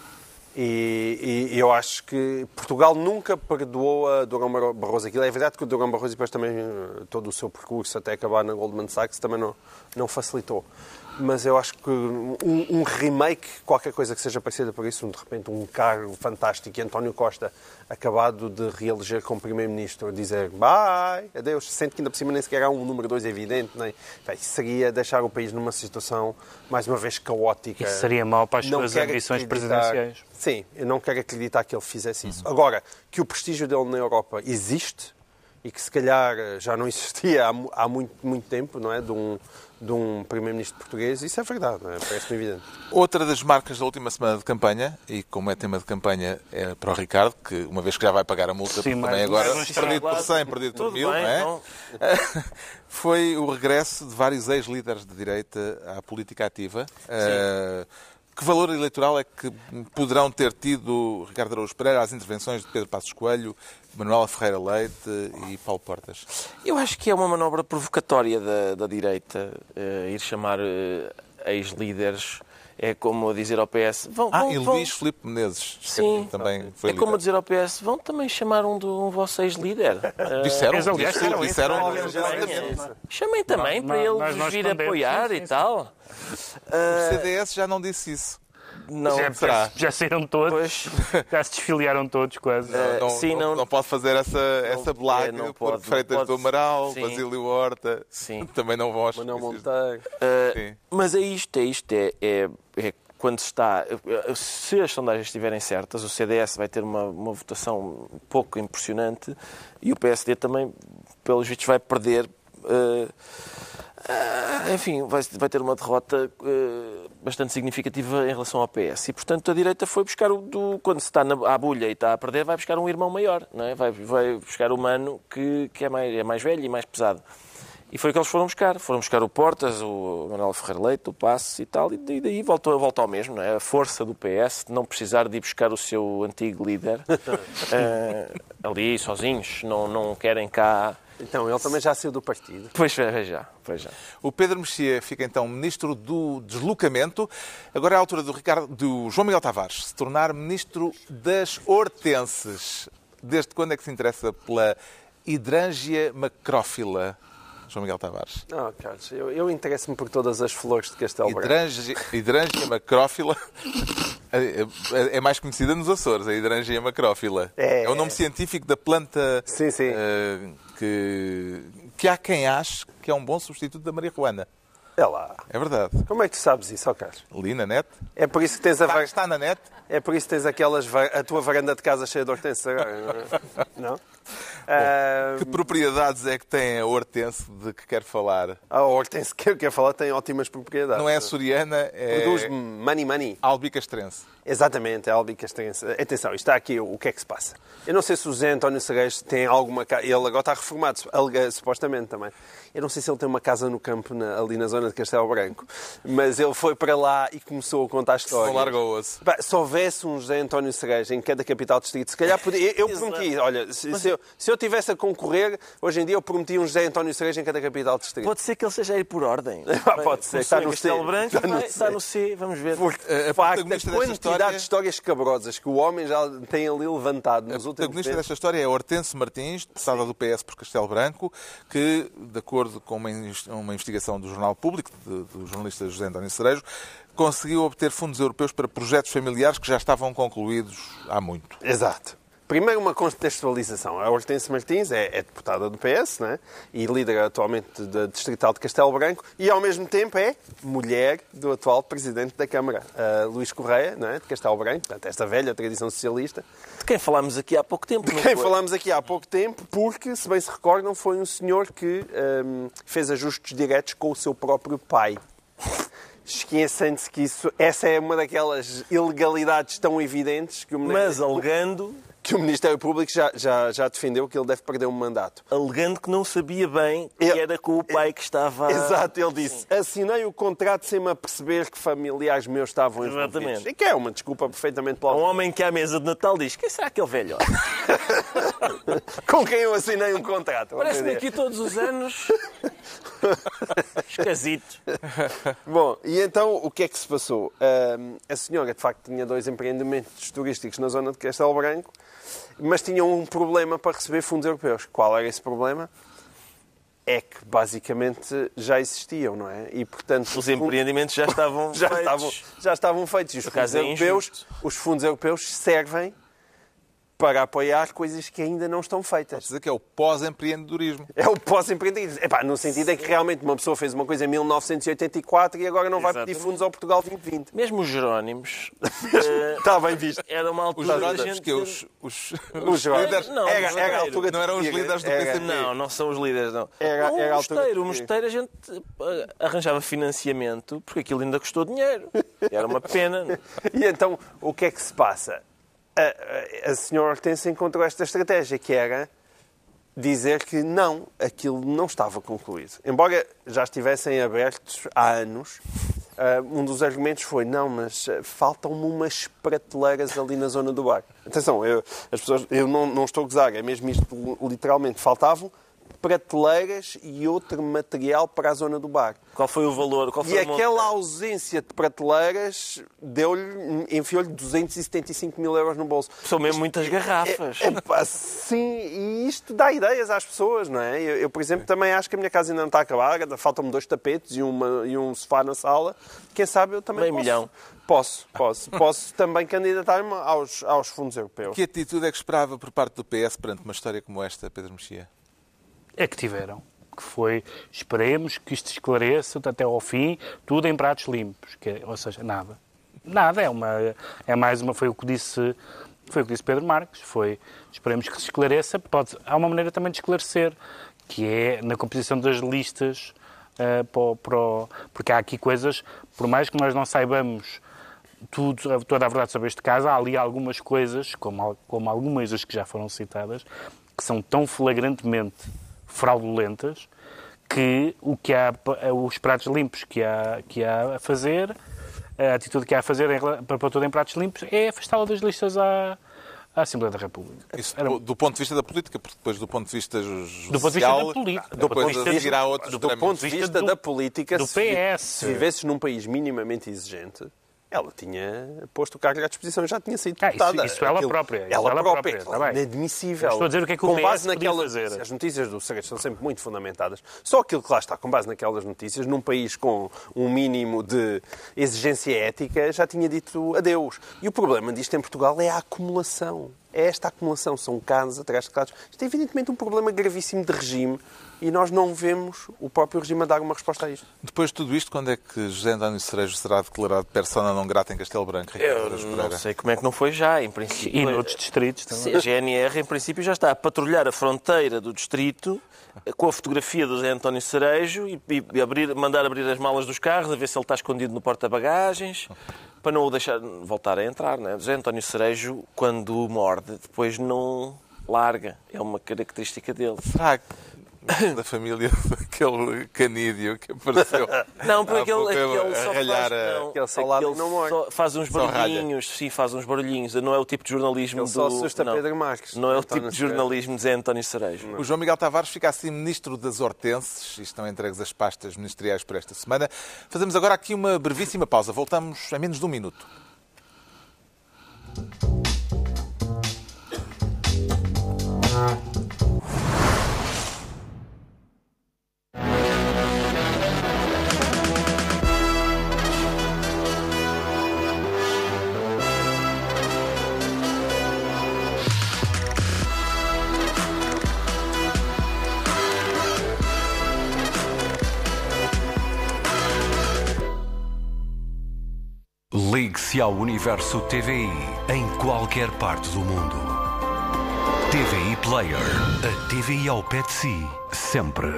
E, e eu acho que Portugal nunca perdoou a Durão Barroso aquilo. É verdade que o Durão Barroso, depois também todo o seu percurso até acabar na Goldman Sachs, também não, não facilitou. Mas eu acho que um, um remake, qualquer coisa que seja parecida por isso, de repente um cargo fantástico e António Costa, acabado de reeleger como Primeiro-Ministro, dizer bye, adeus, sente que ainda por cima nem sequer há um número dois evidente, nem... Isso seria deixar o país numa situação, mais uma vez, caótica. Isso seria mau para as suas ambições presidenciais. Sim, eu não quero acreditar que ele fizesse isso. Uhum. Agora, que o prestígio dele na Europa existe, e que se calhar já não existia há, há muito, muito tempo, não é? De um, de um primeiro-ministro português. Isso é verdade, não é? Parece-me evidente. Outra das marcas da última semana de campanha, e como é tema de campanha é para o Ricardo, que uma vez que já vai pagar a multa, Sim, também mas, agora, mas perdido por cem, perdido por Tudo mil, bem, não é? não. Foi o regresso de vários ex-líderes de direita à política ativa. Uh, que valor eleitoral é que poderão ter tido Ricardo Araújo Pereira às intervenções de Pedro Passos Coelho, Manuela Ferreira Leite e Paulo Portas? Eu acho que é uma manobra provocatória da, da direita uh, ir chamar uh, ex-líderes. É como dizer ao P S... Vão, ah, vão, e vão... Luís Filipe Menezes. Sim, também foi é como dizer ao P S, vão também chamar um, do, um vosso ex-líder. Disseram, uh, aliás, disseram, disseram, disseram Chamem também Não, para não, ele nós- vos nós vir respondemos, apoiar sim, e sim, tal. O C D S já não disse isso. Não, já, já, já saíram todos, Pois. já se desfiliaram todos quase. Uh, Não, sim, não, não- não pode fazer essa, essa blague, é, não porque pode, Freitas não pode. do Amaral, Sim. Basílio Horta, Sim. também não vão aos Manuel comícios. Monteiro. Uh, Sim. mas é isto, é isto, é, é, é quando se está... Se as sondagens estiverem certas, o C D S vai ter uma, uma votação um pouco impressionante e o P S D também, pelos vistos, vai perder... Uh, uh, enfim, vai, vai ter uma derrota uh, bastante significativa em relação ao P S. E, portanto, a direita foi buscar, o do, quando se está na, à bulha e está a perder, vai buscar um irmão maior, não é? Vai, vai buscar o Mano, que, que é, mais, é mais velho e mais pesado. E foi o que eles foram buscar. Foram buscar o Portas, o Manuel Ferreira Leite, o Passos e tal, e daí voltou, voltou ao mesmo, não é? A força do P S de não precisar de ir buscar o seu antigo líder uh, ali, sozinhos, não, não querem cá... Então, ele também já saiu do partido. Pois já, pois já. O Pedro Mexia fica então ministro do deslocamento. Agora é a altura do, Ricardo, do João Miguel Tavares se tornar ministro das hortenses. Desde quando é que se interessa pela hidrangia macrófila? João Miguel Tavares. Não, Carlos, eu, eu interesso-me por todas as flores de Castelo Branco. Hidrangia, hidrangia macrófila é, é mais conhecida nos Açores, a hidrangia macrófila. É, é o nome é. científico da planta Sim, sim. uh, que, que há quem ache que é um bom substituto da marihuana. É lá. É verdade. Como é que tu sabes isso, ó Carlos? Li na net. É por isso que tens a Está, var... está na net. É por isso que tens aquelas va- a tua varanda de casa cheia de hortenses agora, não é? Não? Ah, Que propriedades é que tem a hortense de que quer falar? a hortense que eu quero falar tem ótimas propriedades. Não é açoriana, é Produz money money. albicastrense. Exatamente, é albicastrense. Atenção, isto está aqui o que é que se passa. Eu não sei se o Zé António Serejo tem alguma casa... Ele agora está reformado, alega- supostamente também. Eu não sei se ele tem uma casa no campo, na- ali na zona de Castelo Branco. Mas ele foi para lá e começou a contar histórias. Não larga o osso. Pá, se houvesse um José António Serejo em cada capital distrito, se calhar podia... Eu, eu prometi, olha, se, se eu, se eu tivesse a concorrer, hoje em dia eu prometi um José António Serejo em cada capital distrito. Pode ser que ele seja aí por ordem. Pode ser, está no C. Castelo Branco, Está no vai- C. está no C, vamos ver. Porque, A de facto, a protagonista desta quantidade história- de histórias escabrosas que o homem já tem ali levantado nos A últimos protagonista tempos. desta história é Hortense Martins, deputada do P S por Castelo Branco, que, de acordo com uma in- uma investigação do Jornal Público, de- do jornalista José António Cerejo, conseguiu obter fundos europeus para projetos familiares que já estavam concluídos há muito. Exato. Primeiro, uma contextualização. A Hortense Martins é, é deputada do P S, não é? E líder atualmente da Distrital de Castelo Branco e, ao mesmo tempo, é mulher do atual Presidente da Câmara, uh, Luís Correia, não é? De Castelo Branco, portanto, esta velha tradição socialista. De quem falámos aqui há pouco tempo. De não quem foi? falámos aqui há pouco tempo, porque, se bem se recordam, foi um senhor que um, fez ajustes diretos com o seu próprio pai. Esquecem-se que isso, essa é uma daquelas ilegalidades tão evidentes que o, Mas alegando, que o Ministério Público já, já, já defendeu que ele deve perder um mandato. alegando que não sabia bem que Ele- era com o pai que estava... Exato, ele disse, assinei o contrato sem me aperceber que familiares meus estavam envolvidos. Exatamente. E que é uma desculpa perfeitamente Um plausível. homem que à mesa de Natal diz, quem será aquele velho? Com quem eu assinei um contrato. vamos Parece-me dizer. aqui todos os anos... Esquisito. Bom, e então o que é que se passou? Ahm, a senhora, de facto, tinha dois empreendimentos turísticos na zona de Castelo Branco, mas tinha um problema para receber fundos europeus. Qual era esse problema? É que, basicamente, já existiam, não é? E, portanto, Os empreendimentos já estavam já feitos. estavam, já estavam feitos. E os Por fundos, acaso é europeus, injusto. os fundos europeus servem para apoiar coisas que ainda não estão feitas. Pode dizer que é o pós-empreendedorismo. É o pós-empreendedorismo. Epá, no sentido é que realmente uma pessoa fez uma coisa em mil novecentos e oitenta e quatro e agora não vai Exatamente. pedir fundos ao Portugal vinte vinte. Mesmo os Jerónimos... Está bem visto. Era uma Os altura da Jerónimos, gente... que os, os, Os os Jerónimos. líderes... Não, Era, os era a altura Não eram os de- líderes do era- P C P. Não, não são os líderes, não. Era- não era a o altura mosteiro, o que- mosteiro a gente eh, arranjava financiamento porque aquilo ainda custou dinheiro. Era uma pena. E então, o que é que se passa? A, a, a senhora Hortência encontrou esta estratégia, que era dizer que não, aquilo não estava concluído. Embora já estivessem abertos há anos, uh, um dos argumentos foi, não, mas uh, faltam-me umas prateleiras ali na zona do bar. Atenção, eu, as pessoas, eu não, não estou a gozar, é mesmo isto, literalmente, faltavam prateleiras e outro material para a zona do bar. Qual foi o valor? Qual foi E o aquela montante? ausência de prateleiras deu-lhe, enfiou-lhe duzentos e setenta e cinco mil euros no bolso. São mesmo muitas garrafas. É, é, pá, sim, e isto dá ideias às pessoas, não é? Eu, eu, por exemplo, também acho que a minha casa ainda não está acabada, faltam-me dois tapetes e, uma, e um sofá na sala. Quem sabe eu também Meio posso. milhão. Posso, posso. Posso também candidatar-me aos, aos fundos europeus. Que atitude é que esperava por parte do P S perante uma história como esta, Pedro Mexia? É que tiveram. Que foi, esperemos que isto esclareça até ao fim, tudo em pratos limpos. Que é, ou seja, nada. Nada, é, uma, é mais uma, foi o que disse, foi o que disse Pedro Marques, foi, esperemos que se esclareça, pode, há uma maneira também de esclarecer, que é na composição das listas, uh, para, para, porque há aqui coisas, por mais que nós não saibamos tudo, toda a verdade sobre este caso, há ali algumas coisas, como, como algumas das que já foram citadas, que são tão flagrantemente fraudulentas que o que há, os pratos limpos que há, que há a fazer, a atitude que há a fazer em, para pôr tudo em pratos limpos é afastá-la das listas à, à Assembleia da República. Isso Era, do, do ponto de vista da política, porque depois do ponto de vista judicial... do ponto de vista da política. Do ponto de depois vista a outros Do ponto de vista do- da política, do se, P S. se vivesses num país minimamente exigente, ela tinha posto o cargo à disposição, já tinha sido Ah, isso- deputada. isso ela Aquilo- própria, isso Ela ela própria, própria, claro, está bem. inadmissível. Eu estou a dizer o que é que o com P S base podia naquelas, fazer. As notícias do Segredo são sempre muito fundamentadas. Só aquilo que lá está, com base naquelas notícias, num país com um mínimo de exigência ética, já tinha dito adeus. E o problema disto em Portugal é a acumulação. É esta acumulação, são casos atrás de casos. Isto é evidentemente um problema gravíssimo de regime e nós não vemos o próprio regime a dar uma resposta a isto. Depois de tudo isto, quando é que José António Cerejo será declarado persona não grata em Castelo Branco? Ricardo Eu Araújo não Pereira? sei como é que não foi já, em princípio. E noutros distritos também. Sim, a G N R, em princípio, já está a patrulhar a fronteira do distrito com a fotografia do José António Cerejo e, e abrir, mandar abrir as malas dos carros, a ver se ele está escondido no porta-bagagens, para não o deixar voltar a entrar. Não é? José António Cerejo, quando morde, depois não larga. É uma característica dele. Será que da família daquele canídeo que apareceu? Não, porque há aquele, pouco tempo aquele só a ralhar faz, a- não, Aquele só ladra e aquele não morre. só faz uns Só ralha. barulhinhos, sim, faz uns barulhinhos. Não é o tipo de jornalismo Ele do... só assusta não, Pedro Marques. Não é o António tipo de Cerejo. jornalismo de Zé António Cerejo. O João Miguel Tavares fica assim ministro das Hortenses e estão entregues as pastas ministeriais por esta semana. Fazemos agora aqui uma brevíssima pausa. Voltamos em menos de um minuto. Ligue-se ao Universo T V I em qualquer parte do mundo. T V I Player, a T V I ao pé de si, sempre.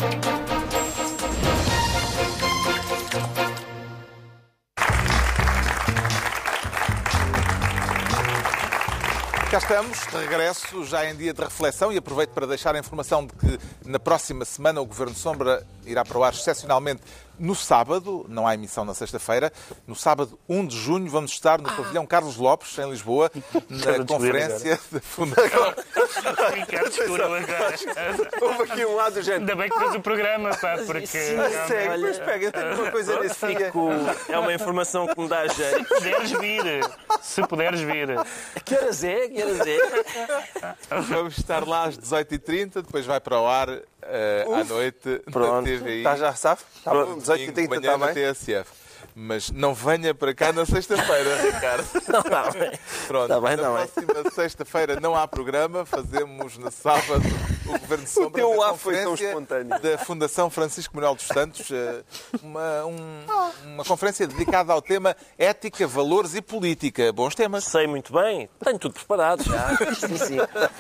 Cá estamos, de regresso, já em dia de reflexão, e aproveito para deixar a informação de que na próxima semana o Governo Sombra irá para o ar excepcionalmente no sábado, não há emissão na sexta-feira, no sábado um de junho vamos estar no pavilhão Carlos Lopes, em Lisboa, na conferência da Fundação... Ricardo descobriu agora. Houve aqui um lado do género. Ainda bem que fez o programa, sabe? Porque Sim, Segue, mas pega, eu tenho uma coisa nesse dia. Fico... É uma informação que me dá jeito. se puderes vir, se puderes vir. Que horas é? Que horas é? Vamos estar lá às dezoito e trinta, depois vai para o ar uh, à noite Pronto. na T V I. Está já, sabe? Está bom, Domingo dezoito e de trinta manhã está na bem? T S F. Mas não venha para cá na sexta-feira, Ricardo. Não, não, bem. Pronto, Tá bem, na tá bem. próxima sexta-feira não há programa. Fazemos no sábado o Governo de Sombra teu na lá foi tão conferência espontâneo. da Fundação Francisco Manuel dos Santos. eh, Uma, um- uma conferência dedicada ao tema ética, valores e política. Bons temas. Sei muito bem, tenho tudo preparado já. Sim, sim.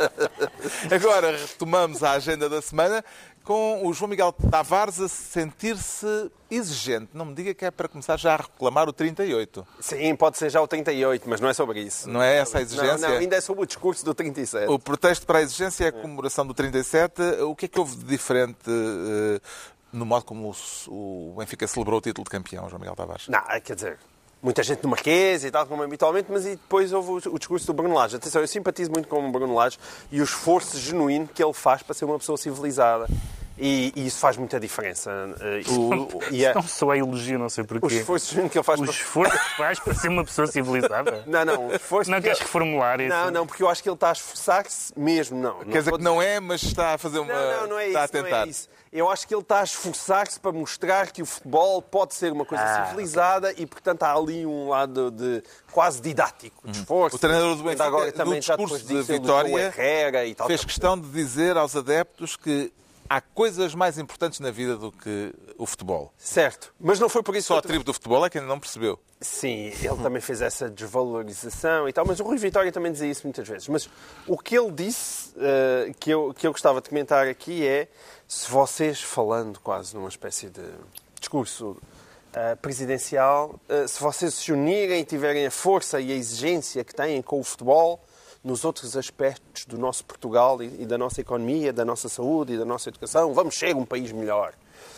Agora retomamos a agenda da semana com o João Miguel Tavares a sentir-se exigente. Não me diga que é para começar já a reclamar o trinta e oito. Sim, pode ser já o trinta e oito, mas não é sobre isso. Não é essa a exigência? Não, não, ainda é sobre o discurso do trinta e sete. O pretexto para a exigência é a comemoração do trinta e sete. O que é que houve de diferente eh, no modo como o, o Benfica celebrou o título de campeão, João Miguel Tavares? Não, quer dizer, muita gente no Marquês e tal, como habitualmente, mas e depois houve o, o discurso do Bruno Lage. Atenção, eu simpatizo muito com o Bruno Lage e o esforço genuíno que ele faz para ser uma pessoa civilizada. E, e isso faz muita diferença. O, o, e a, Não só é elogio, não sei porquê. o esforço genuíno que ele faz O para... esforço que faz para ser uma pessoa civilizada. Não, não, o esforço Não que queres ele- reformular isso? Não, não, porque eu acho que ele está a esforçar-se mesmo, não. Quer dizer que não é, mas está a fazer uma... Não, não, não é está isso, a não tentar. é isso. Eu acho que ele está a esforçar-se para mostrar que o futebol pode ser uma coisa Ah, civilizada e, portanto, há ali um lado de quase didático, de esforço. O treinador do Benfica, Agora, no também já discurso depois de disso, elogiou vitória, o Herrera e tal, fez tal. questão de dizer aos adeptos que há coisas mais importantes na vida do que o futebol. Certo, mas não foi por isso Só a que... tribo do futebol é que ainda não percebeu. Sim, ele também fez essa desvalorização e tal, mas o Rui Vitória também dizia isso muitas vezes. Mas o que ele disse, uh, que, eu, que eu gostava de comentar aqui é, se vocês, falando quase numa espécie de discurso uh, presidencial, uh, se vocês se unirem e tiverem a força e a exigência que têm com o futebol, nos outros aspectos do nosso Portugal e, e da nossa economia, da nossa saúde e da nossa educação, vamos ser um país melhor.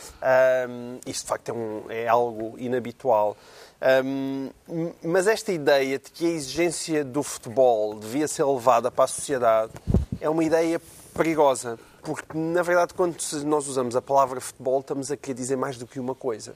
Um, isto, de facto, é, um, é algo inabitual. Um, mas esta ideia de que a exigência do futebol devia ser levada para a sociedade é uma ideia perigosa, porque, na verdade, quando nós usamos a palavra futebol, estamos a querer dizer mais do que uma coisa.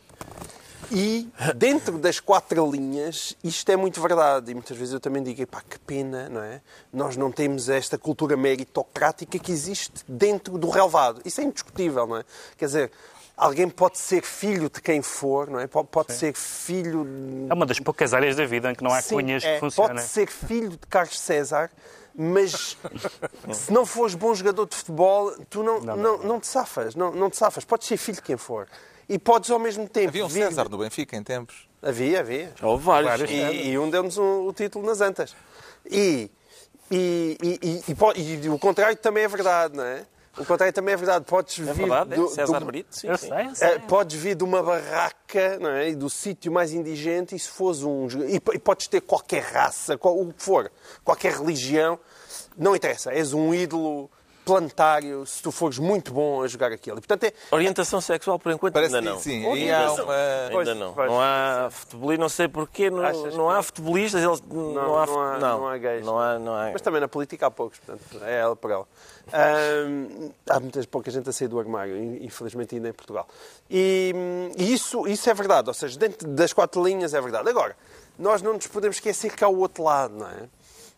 E, dentro das quatro linhas, isto é muito verdade. E muitas vezes eu também digo, pá, que pena, não é? Nós não temos esta cultura meritocrática que existe dentro do relevado. Isso é indiscutível, não é? Quer dizer, alguém pode ser filho de quem for, não é? Pode, pode ser filho... É uma das poucas áreas da vida em que não há Sim, cunhas é, que funcionem. Pode ser filho de Carlos César, mas se não fores bom jogador de futebol, tu não, não, não, não te safas. Não, não te safas. Podes ser filho de quem for. E podes, ao mesmo tempo... Havia um vir- César no Benfica em tempos. Havia, havia. Já houve vários. E, e um deu-nos um- o título nas Antas. E, e, e, e, e po- e o contrário também é verdade, não é? O contrário também é verdade. Podes É vir verdade, é. do- César do- Brito, sim, Eu sim. sei, eu sei. eh, podes vir de uma barraca, não é? E do sítio mais indigente, e se fores um... E, e podes ter qualquer raça, qual- o que for, qualquer religião, não interessa. És um ídolo planetário se tu fores muito bom a jogar aquilo. E, portanto, é... Orientação sexual, por enquanto, Parece ainda que não. sim. Ainda E há não. uma... Ainda Pois, não. pois. Não há futebolistas, não sei porquê, não, Achas não que há não? futebolistas, eles, não, Não, há, não há- não, não há gays. Não há, não há. Mas também na política há poucos, portanto, é ela por ela. Hum, há muita pouca gente a sair do armário, infelizmente ainda em Portugal. E, e isso, isso é verdade, ou seja, dentro das quatro linhas é verdade. Agora, nós não nos podemos esquecer que há o outro lado, não é?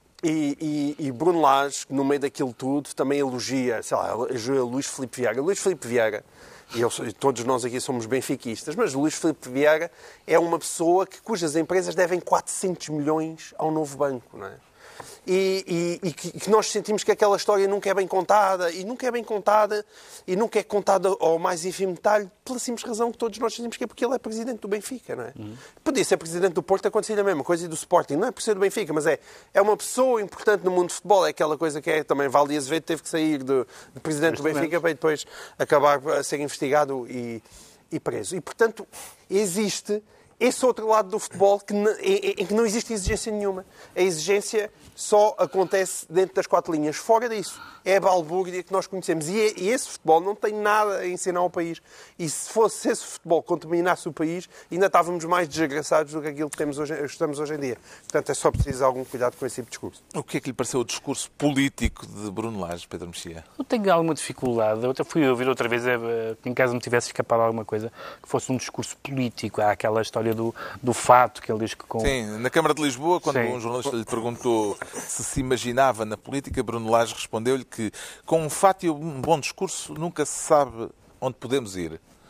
E, e, e Bruno Lage, no meio daquilo tudo, também elogia, sei lá, elogia Luís Filipe Vieira. Luís Filipe Vieira, e eu, todos nós aqui somos benfiquistas, mas Luís Filipe Vieira é uma pessoa que, cujas empresas devem quatrocentos milhões ao novo banco, não é? E, e, e que, que nós sentimos que aquela história nunca é bem contada, e nunca é bem contada, e nunca é contada ao mais ínfimo detalhe, pela simples razão que todos nós sentimos que é porque ele é presidente do Benfica, não é? Uhum. Podia ser presidente do Porto, acontecia a mesma coisa, e do Sporting, não é por ser do Benfica, mas é, é uma pessoa importante no mundo do futebol, é aquela coisa que é também, Valde Azevedo teve que sair de, de presidente do Benfica para depois acabar a ser investigado e, e preso. E, portanto, existe esse outro lado do futebol que, em, em que não existe exigência nenhuma. A exigência só acontece dentro das quatro linhas. Fora disso, é a balbúrdia que nós conhecemos. E, é, e esse futebol não tem nada a ensinar ao país. E se fosse se esse futebol contaminasse o país, ainda estávamos mais desgraçados do que aquilo que temos hoje, estamos hoje em dia. Portanto, é só preciso algum cuidado com esse tipo de discurso. O que é que lhe pareceu o discurso político de Bruno Lage, Pedro Mexia? Eu tenho alguma dificuldade. Eu até fui ouvir outra vez, eh, que em casa me tivesse escapado alguma coisa, que fosse um discurso político. Há aquela história do, do fato que ele diz que... Com... Sim, na Câmara de Lisboa, quando Sim. um jornalista lhe perguntou se se imaginava na política, Bruno Lage respondeu-lhe que com um fato e um bom discurso nunca se sabe onde podemos ir.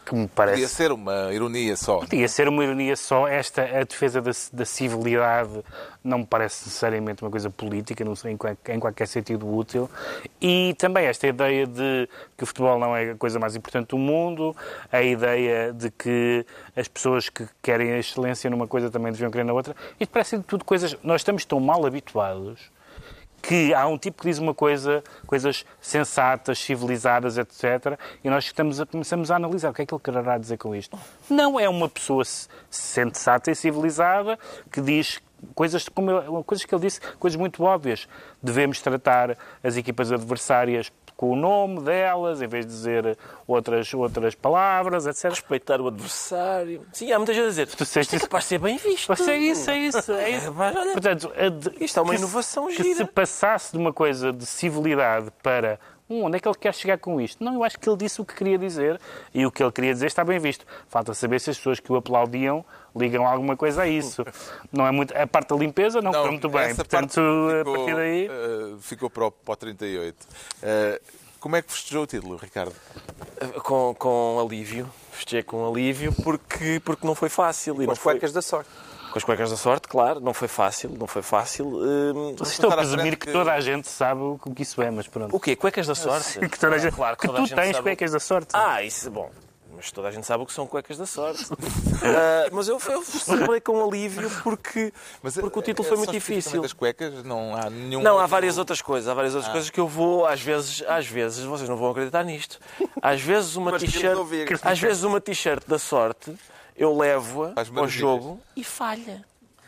que me parece... Podia ser uma ironia só. Podia ser uma ironia só. Esta, a defesa da, da civilidade não me parece necessariamente uma coisa política, não sei, em, qualquer, em qualquer sentido útil. E também esta ideia de que o futebol não é a coisa mais importante do mundo, a ideia de que as pessoas que querem a excelência numa coisa também deviam querer na outra. Isto parece tudo coisas... Nós estamos tão mal habituados que há um tipo que diz uma coisa, coisas sensatas, civilizadas, etcétera, e nós estamos a, começamos a analisar o que é que ele quererá dizer com isto. Não é uma pessoa sensata e civilizada que diz coisas, como, coisas que ele disse, coisas muito óbvias. Devemos tratar as equipas adversárias com o nome delas, em vez de dizer outras, outras palavras, etcétera. Respeitar o adversário. Sim, há muita gente a dizer, tu isto é capaz de ser bem visto. É isso, é isso. É isso. Mas, olha, portanto, de, isto é uma que inovação se, gira. Que se passasse de uma coisa de civilidade para... Hum, onde é que ele quer chegar com isto? Não, eu acho que ele disse o que queria dizer e o que ele queria dizer está bem visto. Falta saber se as pessoas que o aplaudiam ligam alguma coisa a isso. Não é muito... A parte da limpeza não, não foi muito bem. Portanto, ficou, a partir daí... Uh, ficou para o, para o trinta e oito. Uh, como é que festejou o título, Ricardo? Com, com alívio. Festejei com alívio porque, porque não foi fácil. E com não as foi... cuecas da sorte. Com as cuecas da sorte, claro, não foi fácil, não foi fácil. Hum... Vocês estão a presumir que... que toda a gente sabe o que isso é, mas pronto. O quê? Cuecas da sorte? que toda a gente... claro, que toda tu tens sabe... cuecas da sorte. Ah, isso, bom, mas toda a gente sabe o que são cuecas da sorte. uh, mas eu, eu celebrei com alívio porque, mas, porque o título é foi muito difícil. As cuecas, não há nenhum... Não, outro... há várias outras coisas, há várias outras ah. coisas que eu vou, às vezes, às vezes, vocês não vão acreditar nisto, às vezes uma t-shirt, às vezes uma t-shirt da sorte, eu levo-a ao jogo e falha.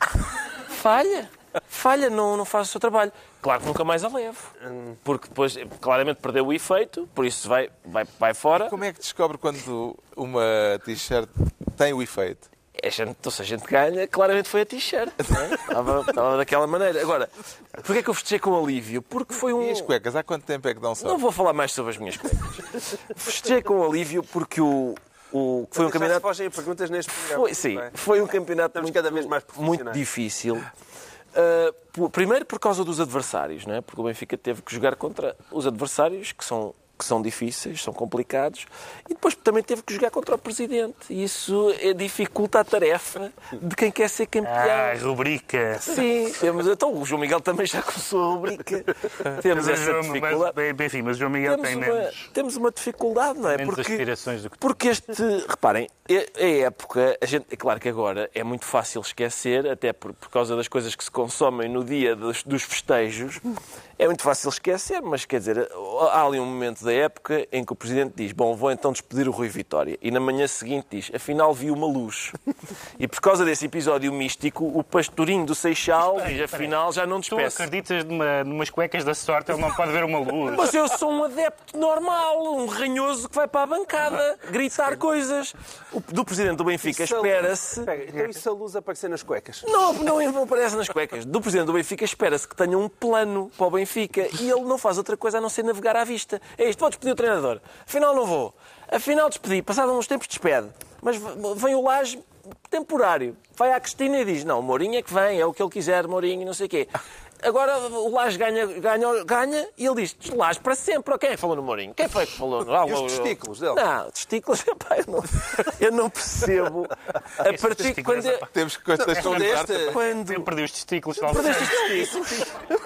Falha. Falha, não, não faz o seu trabalho. Claro que nunca mais a levo. Porque depois, claramente, perdeu o efeito, por isso vai, vai, vai fora. E como é que descobre quando uma t-shirt tem o efeito? A gente, então, se a gente ganha, claramente foi a t-shirt. É? Estava, estava daquela maneira. Agora, porquê é que eu festejei com alívio? Porque foi um... E as cuecas? Há quanto tempo é que dão sorte? Não vou falar mais sobre as minhas cuecas. Festejei com alívio porque o... O, foi um campeonato... fogem a perguntas neste programa. Foi, sim, foi um campeonato muito, cada vez mais muito difícil. Uh, primeiro por causa dos adversários, não é? Porque o Benfica teve que jogar contra os adversários, que são, que são difíceis, são complicados, e depois também teve que jogar contra o Presidente. E isso é, dificulta a tarefa de quem quer ser campeão. Ah, rubrica. Sim, temos, então o João Miguel também já começou a rubrica. Temos mas, essa dificuldade. Mas, bem, enfim, mas o João Miguel temos tem uma, menos... Temos uma dificuldade, não é? Menos porque, aspirações do que... porque este... Reparem, a época... A gente, é claro que agora é muito fácil esquecer, até por, por causa das coisas que se consomem no dia dos, dos festejos. É muito fácil esquecer, mas quer dizer, há ali um momento da época em que o Presidente diz, bom, vou então despedir o Rui Vitória. E na manhã seguinte diz, afinal vi uma luz. E por causa desse episódio místico, o pastorinho do Seixal diz, afinal já não despeço. Tu acreditas numa, numas cuecas da sorte, ele não pode ver uma luz. Mas eu sou um adepto normal, um ranhoso que vai para a bancada gritar coisas. O, do Presidente do Benfica espera-se... Então e se a luz aparecer nas cuecas? Não, não, não aparece nas cuecas. Do Presidente do Benfica espera-se que tenha um plano para o Benfica. Fica, e ele não faz outra coisa a não ser navegar à vista. É isto, vou despedir o treinador. Afinal não vou. Afinal despedi, passado uns tempos despede. Mas vem o Laje temporário. Vai à Cristina e diz, não, o Mourinho é que vem, é o que ele quiser, Mourinho, não sei o quê. Agora o Laje ganha, ganha, ganha e ele diz, Laje para sempre. Quem é que falou no Mourinho? Quem foi que falou? Ah, e os testículos dele? Não, testículos, epá, eu, não, eu não percebo. A partir de quando... É... Temos que contextualizar. Quando... Eu perdi os testículos. Perdeste os testículos.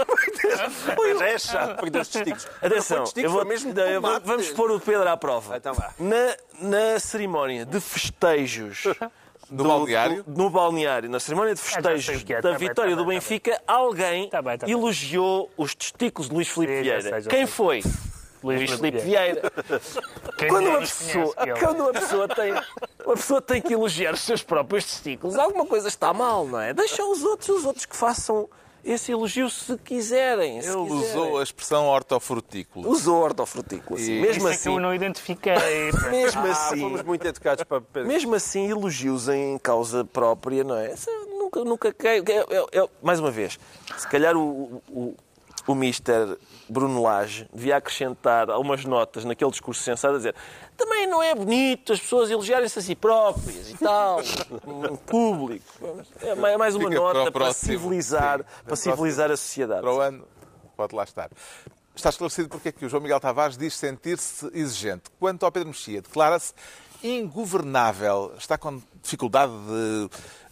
Mas é chato, perder os testículos. Atenção, eu vou, mesmo eu vou, vamos pôr o Pedro à prova. Então vá. Na, na cerimónia de festejos... No do, balneário? Do, no balneário, na cerimónia de festejos é, da tá vitória bem, tá do Benfica, tá alguém tá bem, tá elogiou os testículos de Luís Filipe Sim, Vieira. Sei, Quem sei. foi? Luís, Luís Filipe Vieira. Quando uma, pessoa, quando uma pessoa tem uma pessoa tem que elogiar os seus próprios testículos, alguma coisa está mal, não é? Deixa os outros, os outros que façam esse elogio se quiserem. Se Ele quiserem. usou a expressão hortofrutícola. Usou hortofrutícola, sim. E... Mesmo Isso assim. É que eu não identifiquei. mesmo ah, assim. Fomos muito educados para. Mesmo assim, elogios em causa própria, não é? Isso nunca, nunca. Eu, eu, mais uma vez, se calhar o, o, o mister Bruno Lage devia acrescentar algumas notas naquele discurso sensato a dizer também não é bonito as pessoas elogiarem-se a si próprias e tal, em público. É mais uma Fica nota para, para civilizar, Sim, para civilizar a sociedade. Para o ano, pode lá estar. Está esclarecido porque é que o João Miguel Tavares diz sentir-se exigente. Quanto ao Pedro Mexia, declara-se ingovernável. Está com dificuldade de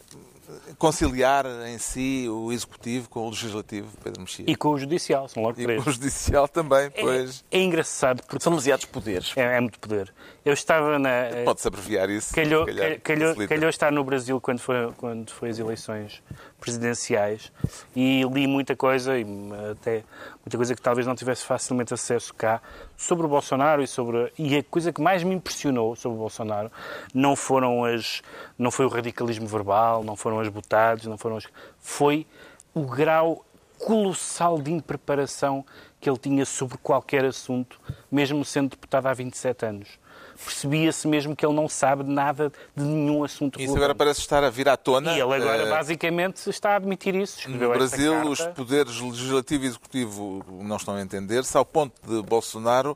conciliar em si o Executivo com o Legislativo, Pedro Mexia. E com o Judicial, são logo três. E com o Judicial também, pois. É, é engraçado porque... São demasiados poderes. É, é muito poder. Eu estava na... Pode-se abreviar isso. Calhou, calhar, calhou, calhou estar no Brasil quando foi, quando foi as eleições presidenciais e li muita coisa, e até muita coisa que talvez não tivesse facilmente acesso cá, sobre o Bolsonaro e sobre... E a coisa que mais me impressionou sobre o Bolsonaro não foram as... Não foi o radicalismo verbal, não foram as botadas, não foram as... Foi o grau colossal de impreparação que ele tinha sobre qualquer assunto, mesmo sendo deputado há vinte e sete anos. Percebia-se mesmo que ele não sabe nada de nenhum assunto relevante. Isso agora parece estar a vir à tona. E ele agora, uh, basicamente, está a admitir isso. No Brasil, os poderes legislativo e executivo não estão a entender-se, ao ponto de Bolsonaro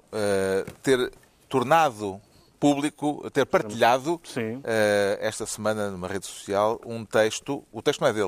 uh, ter tornado público, ter partilhado uh, esta semana numa rede social um texto, o texto não é dele,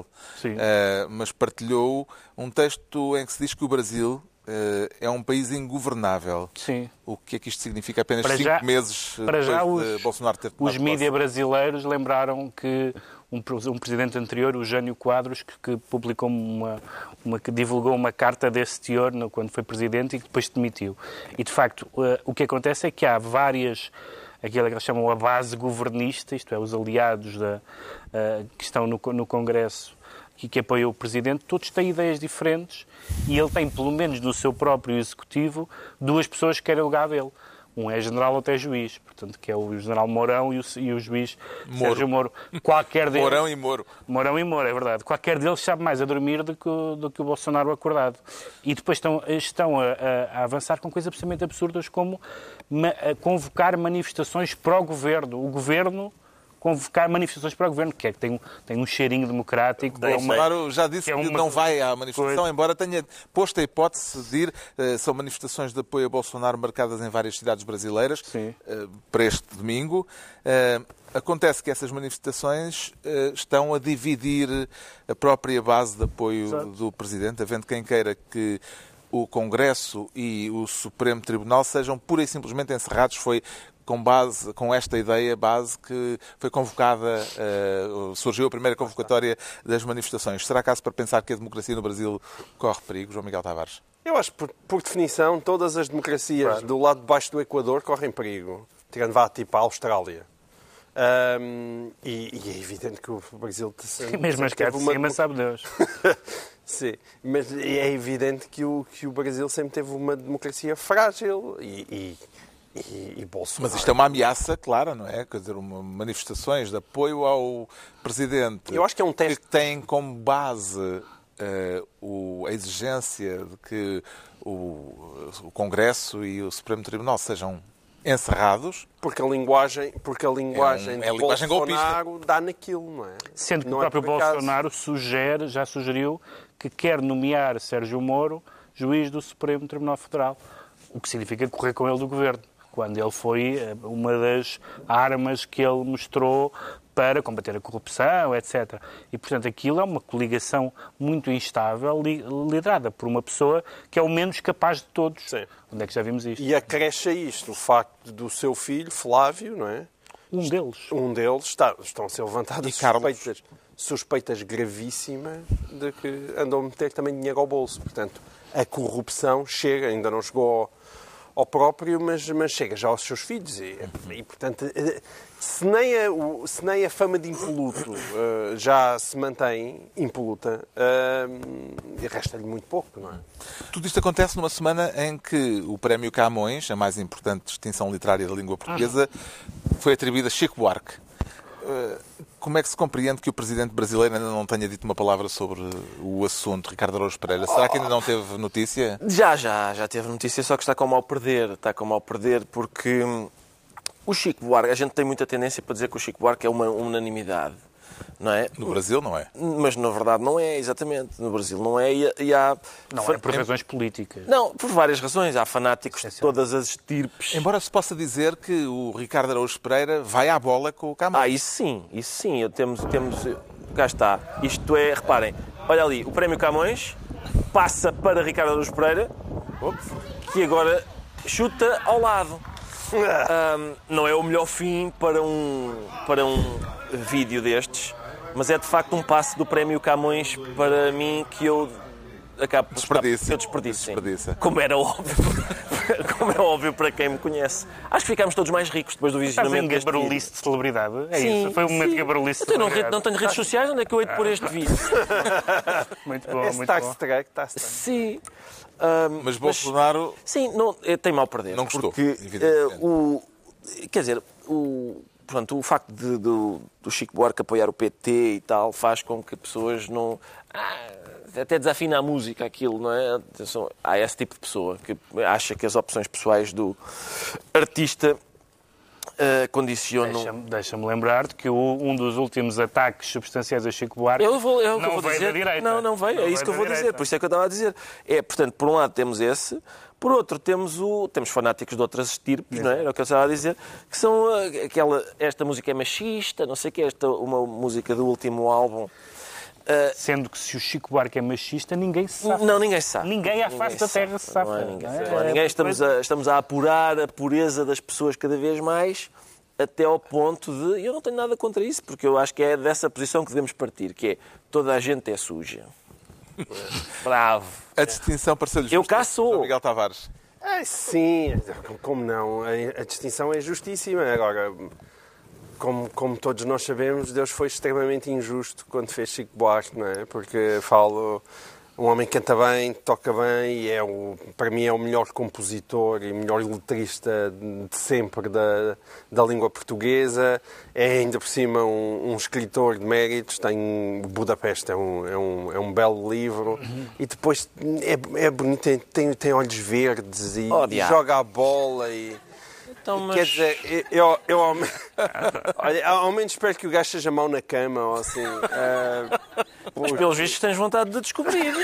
uh, mas partilhou um texto em que se diz que o Brasil uh, é um país ingovernável. Sim. O que é que isto significa apenas para cinco já, meses para depois já de os, Bolsonaro ter tomado Os mídias brasileiros lembraram que um, um presidente anterior, o Jânio Quadros, que, que publicou uma, uma, que divulgou uma carta desse teor no, quando foi presidente e que depois se demitiu. E, de facto, uh, o que acontece é que há várias... aquilo que eles chamam a base governista, isto é, os aliados da, uh, que estão no, no Congresso e que apoiam o Presidente, todos têm ideias diferentes e ele tem, pelo menos no seu próprio Executivo, duas pessoas que querem o lugar dele. Um é general, outro é juiz, portanto, que é o general Mourão e o, e o juiz Moro. Sérgio Moro. Qualquer deles, Mourão e Moro. Mourão e Moro, é verdade. Qualquer deles sabe mais a dormir do que o, do que o Bolsonaro acordado. E depois estão, estão a, a avançar com coisas absolutamente absurdas, como ma, a convocar manifestações pró-governo. O governo convocar manifestações para o governo, que é que tem, tem um cheirinho democrático. O Bolsonaro já disse que, é uma... que não vai à manifestação, Foi. embora tenha posto a hipótese de ir. Uh, são manifestações de apoio a Bolsonaro marcadas em várias cidades brasileiras uh, para este domingo. Uh, acontece que essas manifestações uh, estão a dividir a própria base de apoio Exato. do Presidente, havendo quem queira que o Congresso e o Supremo Tribunal sejam pura e simplesmente encerrados. Foi com base, com esta ideia base que foi convocada, uh, surgiu a primeira convocatória das manifestações. Será caso para pensar que a democracia no Brasil corre perigo, João Miguel Tavares? Eu acho que, por, por definição, todas as democracias claro. do lado de baixo do Equador correm perigo, tirando vá tipo a Austrália. Um, e, e é evidente que o Brasil... Sim, mesmo as cá de cima, sabe Deus. Sim, mas é evidente que o, que o Brasil sempre teve uma democracia frágil e... e E, e Bolsonaro. Mas isto é uma ameaça clara, não é? Quer dizer, uma, manifestações de apoio ao Presidente. Eu acho que é um teste que tem como base uh, o, a exigência de que o, o Congresso e o Supremo Tribunal sejam encerrados. Porque a linguagem, porque a linguagem é um, de é a linguagem Bolsonaro golpista. dá naquilo, não é? Sendo que não o próprio é Bolsonaro sugere, já sugeriu que quer nomear Sérgio Moro juiz do Supremo Tribunal Federal, o que significa correr com ele do governo, quando ele foi uma das armas que ele mostrou para combater a corrupção, etcétera. E, portanto, aquilo é uma coligação muito instável, liderada por uma pessoa que é o menos capaz de todos. Sim. Onde é que já vimos isto? E acresce a isto o facto do seu filho, Flávio, não é? Um deles. Um deles. Está, estão a ser levantadas suspeitas, suspeitas gravíssimas de que andam a meter também dinheiro ao bolso. Portanto, a corrupção chega, ainda não chegou ao... ao próprio, mas, mas chega já aos seus filhos. E, e portanto, se nem, a, se nem a fama de impoluto uh, já se mantém impoluta, uh, resta-lhe muito pouco, não é? Tudo isto acontece numa semana em que o Prémio Camões, a mais importante distinção literária da língua portuguesa, foi atribuído a Chico Buarque. Uh, como é que se compreende que o Presidente brasileiro ainda não tenha dito uma palavra sobre o assunto, Ricardo Araújo Pereira? Será que ainda não teve notícia? Já, já, já teve notícia, só que está com mal perder. Está com mal perder porque o Chico Buarque, a gente tem muita tendência para dizer que o Chico Buarque é uma unanimidade, não é? No Brasil não é. Mas na verdade não é, exatamente. No Brasil não é e, e há... Não é por razões políticas. Não, por várias razões. Há fanáticos de todas as estirpes. Embora se possa dizer que o Ricardo Araújo Pereira vai à bola com o Camões. Ah, isso sim, isso sim. Temos, temos... Cá está. Isto é, reparem, olha ali, o Prémio Camões passa para Ricardo Araújo Pereira, que agora chuta ao lado. Um, não é o melhor fim para um, para um vídeo destes, mas é de facto um passo do Prémio Camões para mim que eu acabo por Desperdício. eu desperdiço, sim. Desperdiça. Como era óbvio, como é óbvio para quem me conhece. Acho que ficámos todos mais ricos depois do visionamento deste vídeo. Gabarulice de celebridade? É Sim, isso? Foi um momento de sim. gabarulice de Eu não, celebridade. não tenho redes sociais, onde é que eu hei de pôr este vídeo? Muito bom, Esse muito está bom. estranho, está estranho. Sim. Um, Mas Bolsonaro Sim, não, é, tem mal a perder. não gostou, Porque, evidentemente. uh, o, quer dizer, o, portanto, o facto de, do, do Chico Buarque apoiar o P T e tal faz com que pessoas não... Ah, até desafina a música aquilo, não é? Atenção, há esse tipo de pessoa que acha que as opções pessoais do artista uh, condicionam... Deixa-me deixa-me lembrar-te que o, um dos últimos ataques substanciais a Chico Buarque Eu vou, eu não vou veio dizer. da direita. Não, não veio. Não É isso veio que eu da vou dizer. direita. Por isso é que eu estava a dizer. É, portanto, por um lado temos esse, por outro temos o temos fanáticos de outras estirpes, não é? Era o que eu estava a dizer, que são uh, aquela esta música é machista, não sei o que, esta uma música do último álbum. Uh, Sendo que se o Chico Buarque é machista, ninguém se sabe. Não, ninguém sabe. Ninguém à face da terra se sabe. Não há ninguém. Não é? Não há ninguém. Estamos, a, estamos a apurar a pureza das pessoas cada vez mais, até ao ponto de... Eu não tenho nada contra isso, porque eu acho que é dessa posição que devemos partir, que é toda a gente é suja. Bravo. a distinção pareceu-lhe Eu justa, cá sou. João Miguel Tavares. Ah, sim, como não? A, a distinção é justíssima. Agora, como, como todos nós sabemos, Deus foi extremamente injusto quando fez Chico Buarque, não é? Porque falo, um homem que canta bem, toca bem e é o, para mim é o melhor compositor e melhor letrista de sempre da, da língua portuguesa. É ainda por cima um, um escritor de méritos, tem Budapeste, é um, é um, é um belo livro. Uhum. E depois é, é bonito, tem, tem, tem olhos verdes e, Oh, e diabo. joga a bola e... Então, mas... Quer dizer, eu, eu ao, me- Olha, ao menos espero que o gajo seja mau na cama ou assim. Ah, Mas pelos vistos tens vontade de descobrir.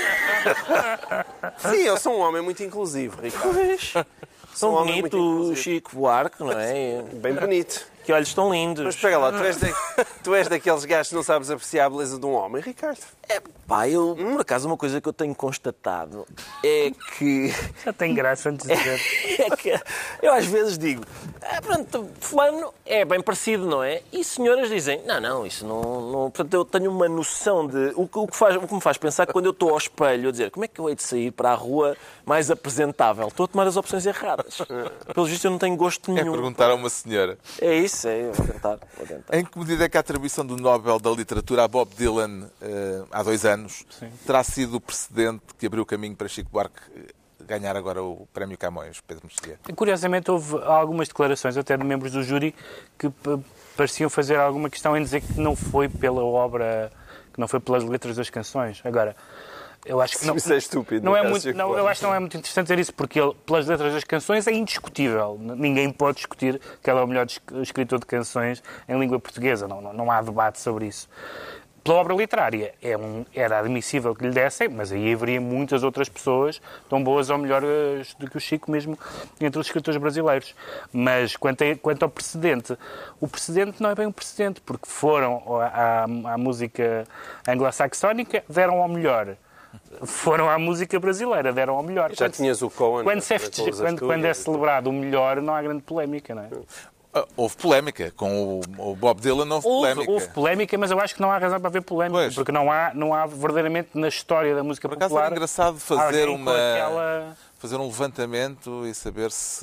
sim, eu sou um homem muito inclusivo, Ricardo. Pois. Sou Tão um homem muito bonito o inclusivo. Chico Buarque, não é? Bem bonito. Que olhos tão lindos. Mas espera lá, tu és, da- tu és daqueles gajos que não sabes apreciar a beleza de um homem, Ricardo? É, pá, eu, por acaso, uma coisa que eu tenho constatado é que... Já tem graça antes de dizer. é que eu às vezes digo, ah, pronto, fulano é bem parecido, não é? E senhoras dizem, não, não, isso não... não... Portanto, eu tenho uma noção de... O que, o que faz, o que me faz pensar que quando eu estou ao espelho a dizer, como é que eu hei de sair para a rua mais apresentável? Estou a tomar as opções erradas. Pelo visto, eu não tenho gosto É nenhum. perguntar a uma senhora. É isso, é, eu vou tentar, vou tentar. Em que medida é que a atribuição do Nobel da Literatura a Bob Dylan eh, há dois anos terá sido o precedente que abriu o caminho para Chico Buarque eh, ganhar agora o Prémio Camões, Pedro Mexia? Curiosamente, houve algumas declarações, até de membros do júri, que p- pareciam fazer alguma questão em dizer que não foi pela obra, que não foi pelas letras das canções. Agora, eu acho que não, Isso é estúpido. não no é caso muito, de Chico não, eu Buarque. acho que não é muito interessante dizer isso, porque ele, pelas letras das canções, é indiscutível. Ninguém pode discutir que ele é o melhor dis- escritor de canções em língua portuguesa. Não, não, não há debate sobre isso. Pela obra literária, é um, era admissível que lhe dessem, mas aí haveria muitas outras pessoas tão boas ou melhores do que o Chico, mesmo entre os escritores brasileiros. Mas quanto, a, quanto ao precedente, o precedente não é bem um precedente, porque foram à, à, à música anglo-saxónica, deram ao melhor. Foram à música brasileira, deram ao melhor. Já Quando- tinhas o Cohen. Quando, se é com festeja- os quando, Arthur, quando é e- celebrado o melhor, não há grande polémica, não é? Ah, houve polémica. Com o, o Bob Dylan houve, Houve polémica. houve polémica, mas eu acho que não há razão para haver polémica, Pois. porque não há, não há verdadeiramente na história da música Por acaso popular... era engraçado fazer, alguém com uma, aquela- fazer um levantamento e saber se,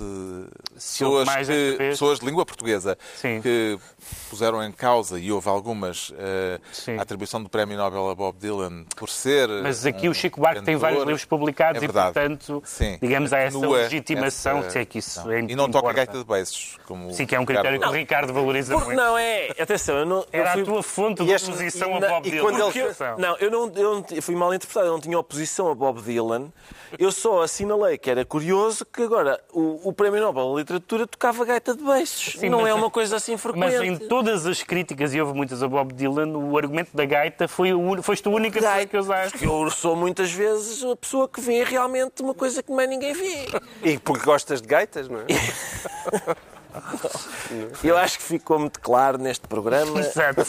Se houve pessoas, mais que, desta vez. pessoas de língua portuguesa Sim. que puseram em causa, e houve algumas, eh, Sim. a atribuição do Prémio Nobel a Bob Dylan por ser... Mas aqui um o Chico Buarque tem cantor. vários livros publicados É e, verdade. portanto, Sim. digamos, há essa Atenua legitimação, essa- se é que isso não. é E não toca importa. gaita de beiços, como Sim, que é um critério que o Ricardo valoriza Porque muito. não é... Atenção, eu não... eu Era fui- a tua fonte E de este- oposição a Não, Bob e Dylan. quando ele- Porque eu- Não, eu não, eu não eu fui mal interpretado, eu não tinha oposição a Bob Dylan. Eu só assinalei que era curioso que agora o, o Prémio Nobel da Literatura tocava gaita de beiços. Sim, não mas- é uma coisa assim frequente. Mas em todas as críticas, e houve muitas a Bob Dylan, o argumento da gaita foi o un... foste a única pessoa que usaste. Porque eu sou muitas vezes a pessoa que vê realmente uma coisa que mais ninguém vê. E porque gostas de gaitas, não é? Eu acho que ficou muito claro neste programa. Exato.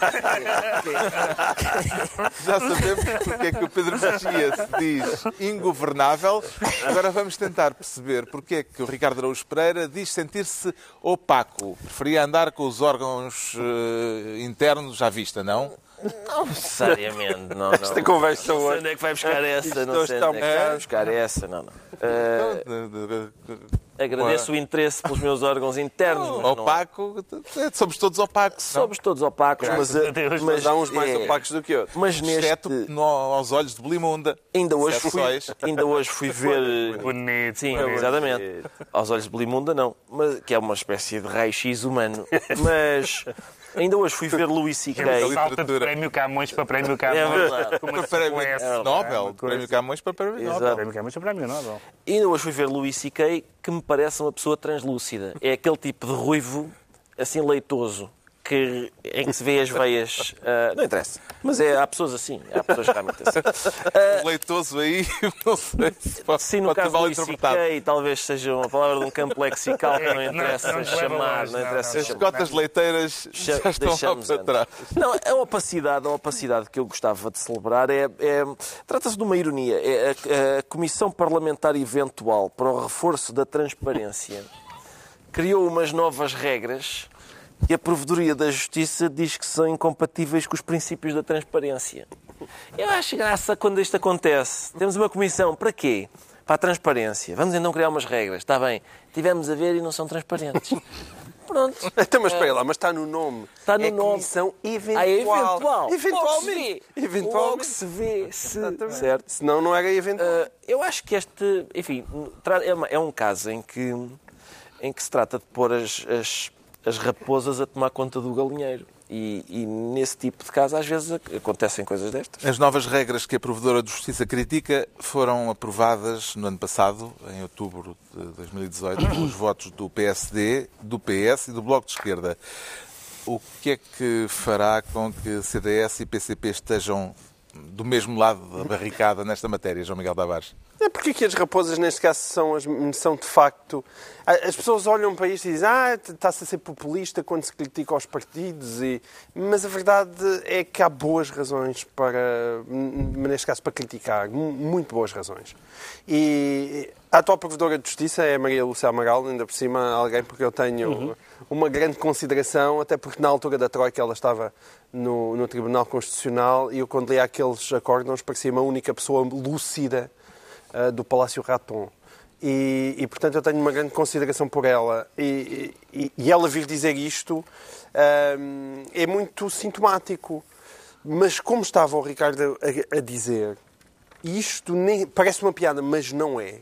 Já sabemos porque é que o Pedro Mexia se diz ingovernável. Agora vamos tentar perceber porque é que o Ricardo Araújo Pereira diz sentir-se opaco. Preferia andar com os órgãos uh, internos à vista, não? Não necessariamente, não, não. Esta conversa Não sei hoje. onde é que vai buscar essa, não sei está onde é que vai buscar essa, não, não. Uh, agradeço o interesse pelos meus órgãos internos. mas não- Opaco, somos todos opacos. não? Somos todos opacos, mas, a Deus, mas Há uns mais é, opacos do que outros. Mas neste, Exceto no- aos olhos de Belimunda. ainda hoje Sete fui, sóis. ainda hoje fui ver. Bonito. Sim, bonito. exatamente. Aos olhos de Belimunda, não. Mas, que é uma espécie de raio-x humano. Mas ainda hoje fui ver Louis C K. Salta de literatura. prémio Camões para prémio É Camões. verdade. Com uma Prémio sequência. Nobel. Uma coisa. Prémio Camões para Prémio Nobel. Exato. Prémio Camões para prémio Nobel. Ainda hoje fui ver Louis C K, que me parece uma pessoa translúcida. É aquele tipo de ruivo, assim, leitoso, que, em que se vê as veias... ah, não interessa. Mas é, há pessoas assim. Há pessoas realmente assim. Leitoso aí, não sei se pode, Sim, no pode ter caso do mal Louis C interpretado. K, talvez seja uma palavra de um campo lexical que não Não, interessa não te leva chamar. longe, Não não, interessa não. As chamar. cotas leiteiras já Deixa- estão lá deixamos para antes. trás. Não, a opacidade, a opacidade que eu gostava de celebrar é, é- trata-se de uma ironia. É a, a Comissão Parlamentar Eventual para o Reforço da Transparência criou umas novas regras e a Provedoria da Justiça diz que são incompatíveis com os princípios da transparência. Eu acho graça quando isto acontece. Temos uma comissão, para quê? Para a transparência. Vamos então criar umas regras. Está bem, tivemos a ver e não são transparentes. Pronto. Então, mas espera lá, mas está no nome. Está no é nome. comissão eventual. Ah, é eventual. Logo se Eventualmente. vê. Eventualmente. Logo se vê. Se... Certo? Senão não era eventual. Uh, eu acho que este, enfim, tra- é, uma- é um caso em que, em que se trata de pôr as, as, as raposas a tomar conta do galinheiro. E, e nesse tipo de caso, às vezes, ac- acontecem coisas destas. As novas regras que a Provedora de Justiça critica foram aprovadas no ano passado, em outubro de dois mil e dezoito, pelos votos do P S D, do P S e do Bloco de Esquerda. O que é que fará com que C D S e P C P estejam do mesmo lado da barricada nesta matéria, João Miguel Tavares? É porque aqui as raposas, neste caso, são, as, são de facto... As pessoas olham para isto e dizem ah, está-se a ser populista quando se critica aos partidos. E... Mas a verdade é que há boas razões para, neste caso, para criticar. Muito boas razões. E a atual Provedora de Justiça é a Maria Lúcia Amaral, ainda por cima alguém porque eu tenho uhum. uma grande consideração, até porque na altura da Troika ela estava no, no Tribunal Constitucional e eu, quando li aqueles acórdãos, parecia-me a única pessoa lúcida uh, do Palácio Raton. E, e, portanto, eu tenho uma grande consideração por ela. E, e, e ela vir dizer isto um, é muito sintomático. Mas, como estava o Ricardo a, a dizer, isto nem, parece uma piada, mas não é.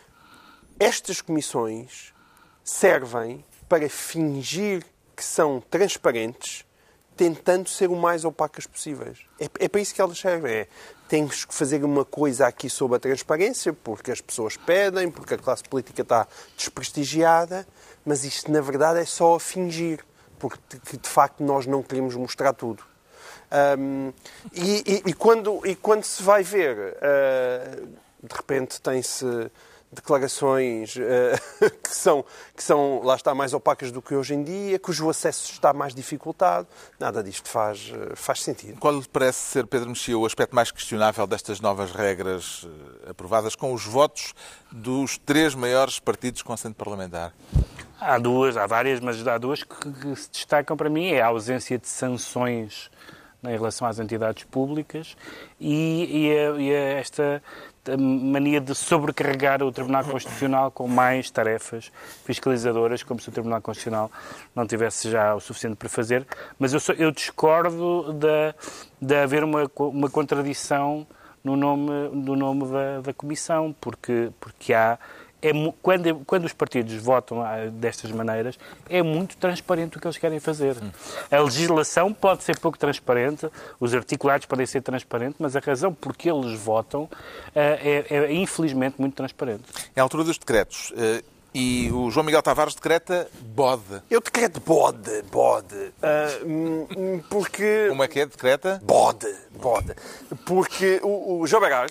Estas comissões servem para fingir que são transparentes, tentando ser o mais opacas possíveis. É, é para isso que elas servem. É, temos que fazer uma coisa aqui sobre a transparência, porque as pessoas pedem, porque a classe política está desprestigiada, mas isto, na verdade, é só a fingir, porque, de facto, nós não queremos mostrar tudo. Um, e, e, e, quando, e quando se vai ver, uh, de repente tem-se declarações uh, que, são, que são, lá está, mais opacas do que hoje em dia, cujo acesso está mais dificultado. Nada disto faz, faz sentido. Qual lhe parece ser, Pedro Mexia, o aspecto mais questionável destas novas regras uh, aprovadas com os votos dos três maiores partidos com assento parlamentar? Há duas, há várias, mas há duas que, que se destacam para mim. É a ausência de sanções em relação às entidades públicas e, e, a, e a esta mania de sobrecarregar o Tribunal Constitucional com mais tarefas fiscalizadoras, como se o Tribunal Constitucional não tivesse já o suficiente para fazer. Mas eu, sou, eu discordo de, de haver uma, uma contradição no nome, no nome da, da Comissão, porque, porque há... É, quando, quando os partidos votam destas maneiras, é muito transparente o que eles querem fazer. A legislação pode ser pouco transparente, os articulados podem ser transparentes, mas a razão por que eles votam é, é infelizmente muito transparente. É a altura dos decretos. E o João Miguel Tavares decreta bode. Eu decreto bode, bode. Uh, porque... Como é que é? Decreta? Bode, bode. Porque o, o João Berardo,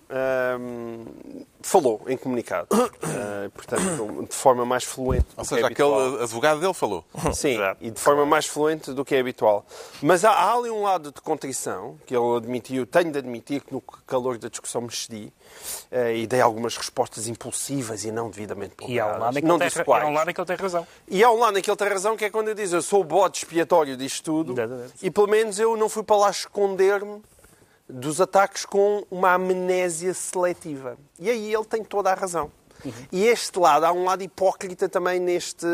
hum, falou em comunicado. Uh, portanto, de forma mais fluente. Ou seja, aquele advogado dele falou. Sim, e de forma mais fluente do que é habitual. Mas há, há ali um lado de contrição, que ele admitiu, tenho de admitir que no calor da discussão me excedi uh, e dei algumas respostas impulsivas e não devidamente E há um lado em que não ele disse tem, há um quais. lado em que ele tem razão. E há um lado em que ele tem razão, que é quando ele diz eu sou o bode expiatório disto tudo, Exatamente. e pelo menos eu não fui para lá esconder-me dos ataques com uma amnésia seletiva. E aí ele tem toda a razão. Uhum. E este lado, há um lado hipócrita também neste...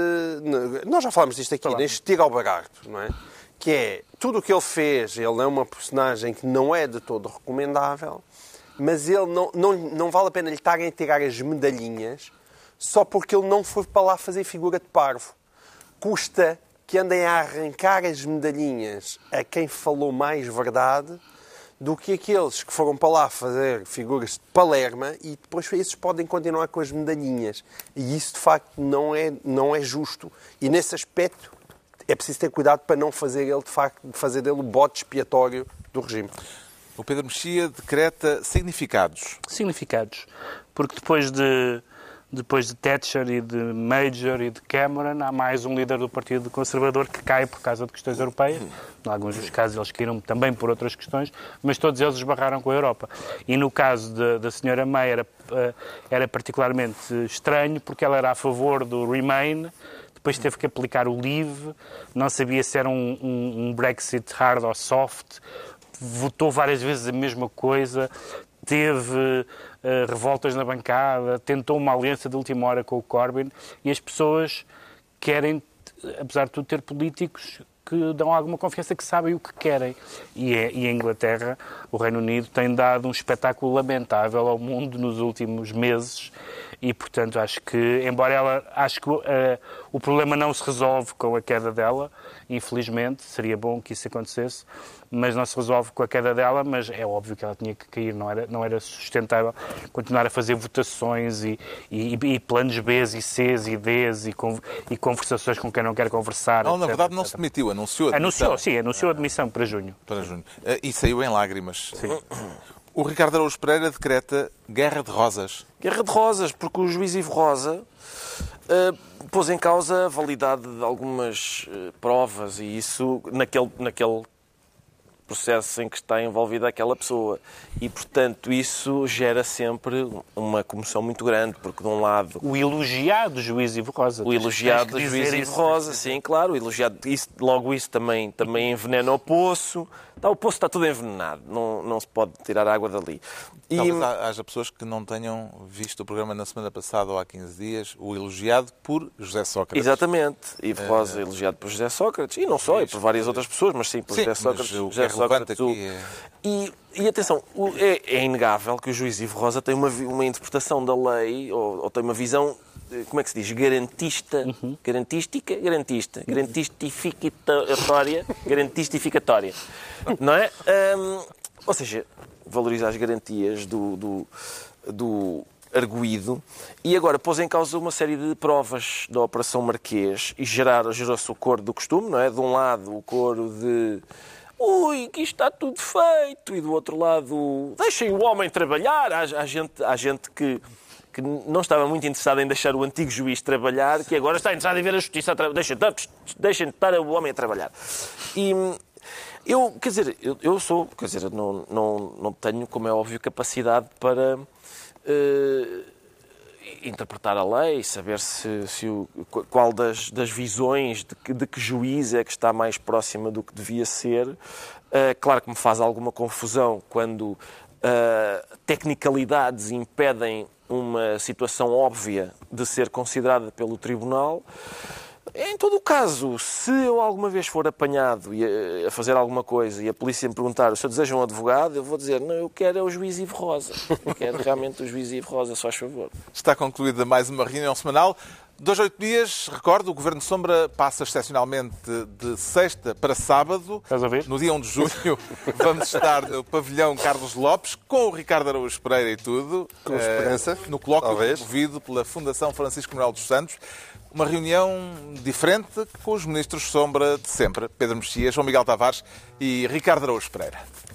Nós já falámos disto aqui, falamos. Neste tiro ao lagarto, não é? Que é, tudo o que ele fez, ele é uma personagem que não é de todo recomendável, mas ele não, não, não vale a pena lhe estarem a tirar as medalhinhas só porque ele não foi para lá fazer figura de parvo. Custa que andem a arrancar as medalhinhas a quem falou mais verdade do que aqueles que foram para lá fazer figuras de palerma e depois esses podem continuar com as medalhinhas. E isso, de facto, não é, não é justo. E, nesse aspecto, é preciso ter cuidado para não fazer ele, de facto, fazer dele o bote expiatório do regime. O Pedro Mexia decreta significados. Significados. Porque depois de... Depois de Thatcher e de Major e de Cameron, há mais um líder do Partido Conservador que cai por causa de questões europeias. Em alguns dos casos eles caíram também por outras questões, mas todos eles esbarraram com a Europa. E no caso de, da senhora May era, era particularmente estranho porque ela era a favor do Remain, depois teve que aplicar o Leave, não sabia se era um, um, um Brexit hard ou soft, votou várias vezes a mesma coisa, teve uh, revoltas na bancada, tentou uma aliança de última hora com o Corbyn e as pessoas querem, apesar de tudo, ter políticos que dão alguma confiança, que sabem o que querem. E, é, e a Inglaterra, o Reino Unido, tem dado um espetáculo lamentável ao mundo nos últimos meses e, portanto, acho que, embora ela, acho que uh, o problema não se resolve com a queda dela, infelizmente, seria bom que isso acontecesse, mas não se resolve com a queda dela, mas é óbvio que ela tinha que cair, não era, não era sustentável continuar a fazer votações e, e, e planos B e C e D e, con, e conversações com quem não quer conversar. Não, etcétera, na verdade não etcétera. se demitiu, anunciou a admissão. Anunciou, sim, anunciou a admissão para junho. Para junho. E saiu em lágrimas. Sim. O Ricardo Araújo Pereira decreta guerra de rosas. Guerra de rosas, porque o juiz Ivo Rosa uh, pôs em causa a validade de algumas uh, provas e isso naquele, naquele processo em que está envolvida aquela pessoa. E, portanto, isso gera sempre uma comoção muito grande, porque, de um lado... O elogiado juiz Ivo Rosa. O elogiado juiz Ivo Rosa, sim, claro. O elogiado, isso, logo isso também, também envenena o poço. Tá, o poço está tudo envenenado, não, não se pode tirar água dali. E... Talvez haja pessoas que não tenham visto o programa na semana passada ou há quinze dias, o elogiado por José Sócrates. Exatamente. Ivo Rosa é elogiado por José Sócrates. E não só, e por várias outras pessoas, mas sim por sim, José Sócrates. O José que é relevante Sócrates, aqui é... E, e atenção, é, é inegável que o juiz Ivo Rosa tem uma, uma interpretação da lei, ou, ou tem uma visão, como é que se diz, garantista, uhum. garantística, garantista, garantistificatória, garantistificatória, não é? Um, ou seja, valoriza as garantias do, do, do arguído e agora pôs em causa uma série de provas da Operação Marquês e gerar, gerou-se o coro do costume, não é? De um lado, o coro de ui, que isto está tudo feito, e do outro lado, deixem o homem trabalhar. Há, há, gente, há gente que, que não estava muito interessada em deixar o antigo juiz trabalhar, que agora está interessada em ver a justiça a trabalhar. Deixem, deixem de estar o homem a trabalhar. E eu, quer dizer, eu, eu sou, quer dizer, não, não, não tenho, como é óbvio, capacidade para uh, interpretar a lei, saber se, se o, qual das, das visões de que, de que juiz é que está mais próxima do que devia ser. Uh, claro que me faz alguma confusão quando uh, tecnicalidades impedem uma situação óbvia de ser considerada pelo tribunal. Em todo o caso, se eu alguma vez for apanhado a fazer alguma coisa e a polícia me perguntar se eu desejo um advogado, eu vou dizer, não, eu quero é o juiz Ivo Rosa. Eu quero realmente o juiz Ivo Rosa, só faz favor. Está concluída mais uma reunião semanal. Dois, oito dias, recordo, o Governo de Sombra passa excepcionalmente de sexta para sábado. Estás a ver? No dia um de junho vamos estar no pavilhão Carlos Lopes, com o Ricardo Araújo Pereira e tudo. Com esperança. Uh, no colóquio talvez. promovido pela Fundação Francisco Manuel dos Santos. Uma reunião diferente com os ministros Sombra de sempre, Pedro Mexia, João Miguel Tavares e Ricardo Araújo Pereira.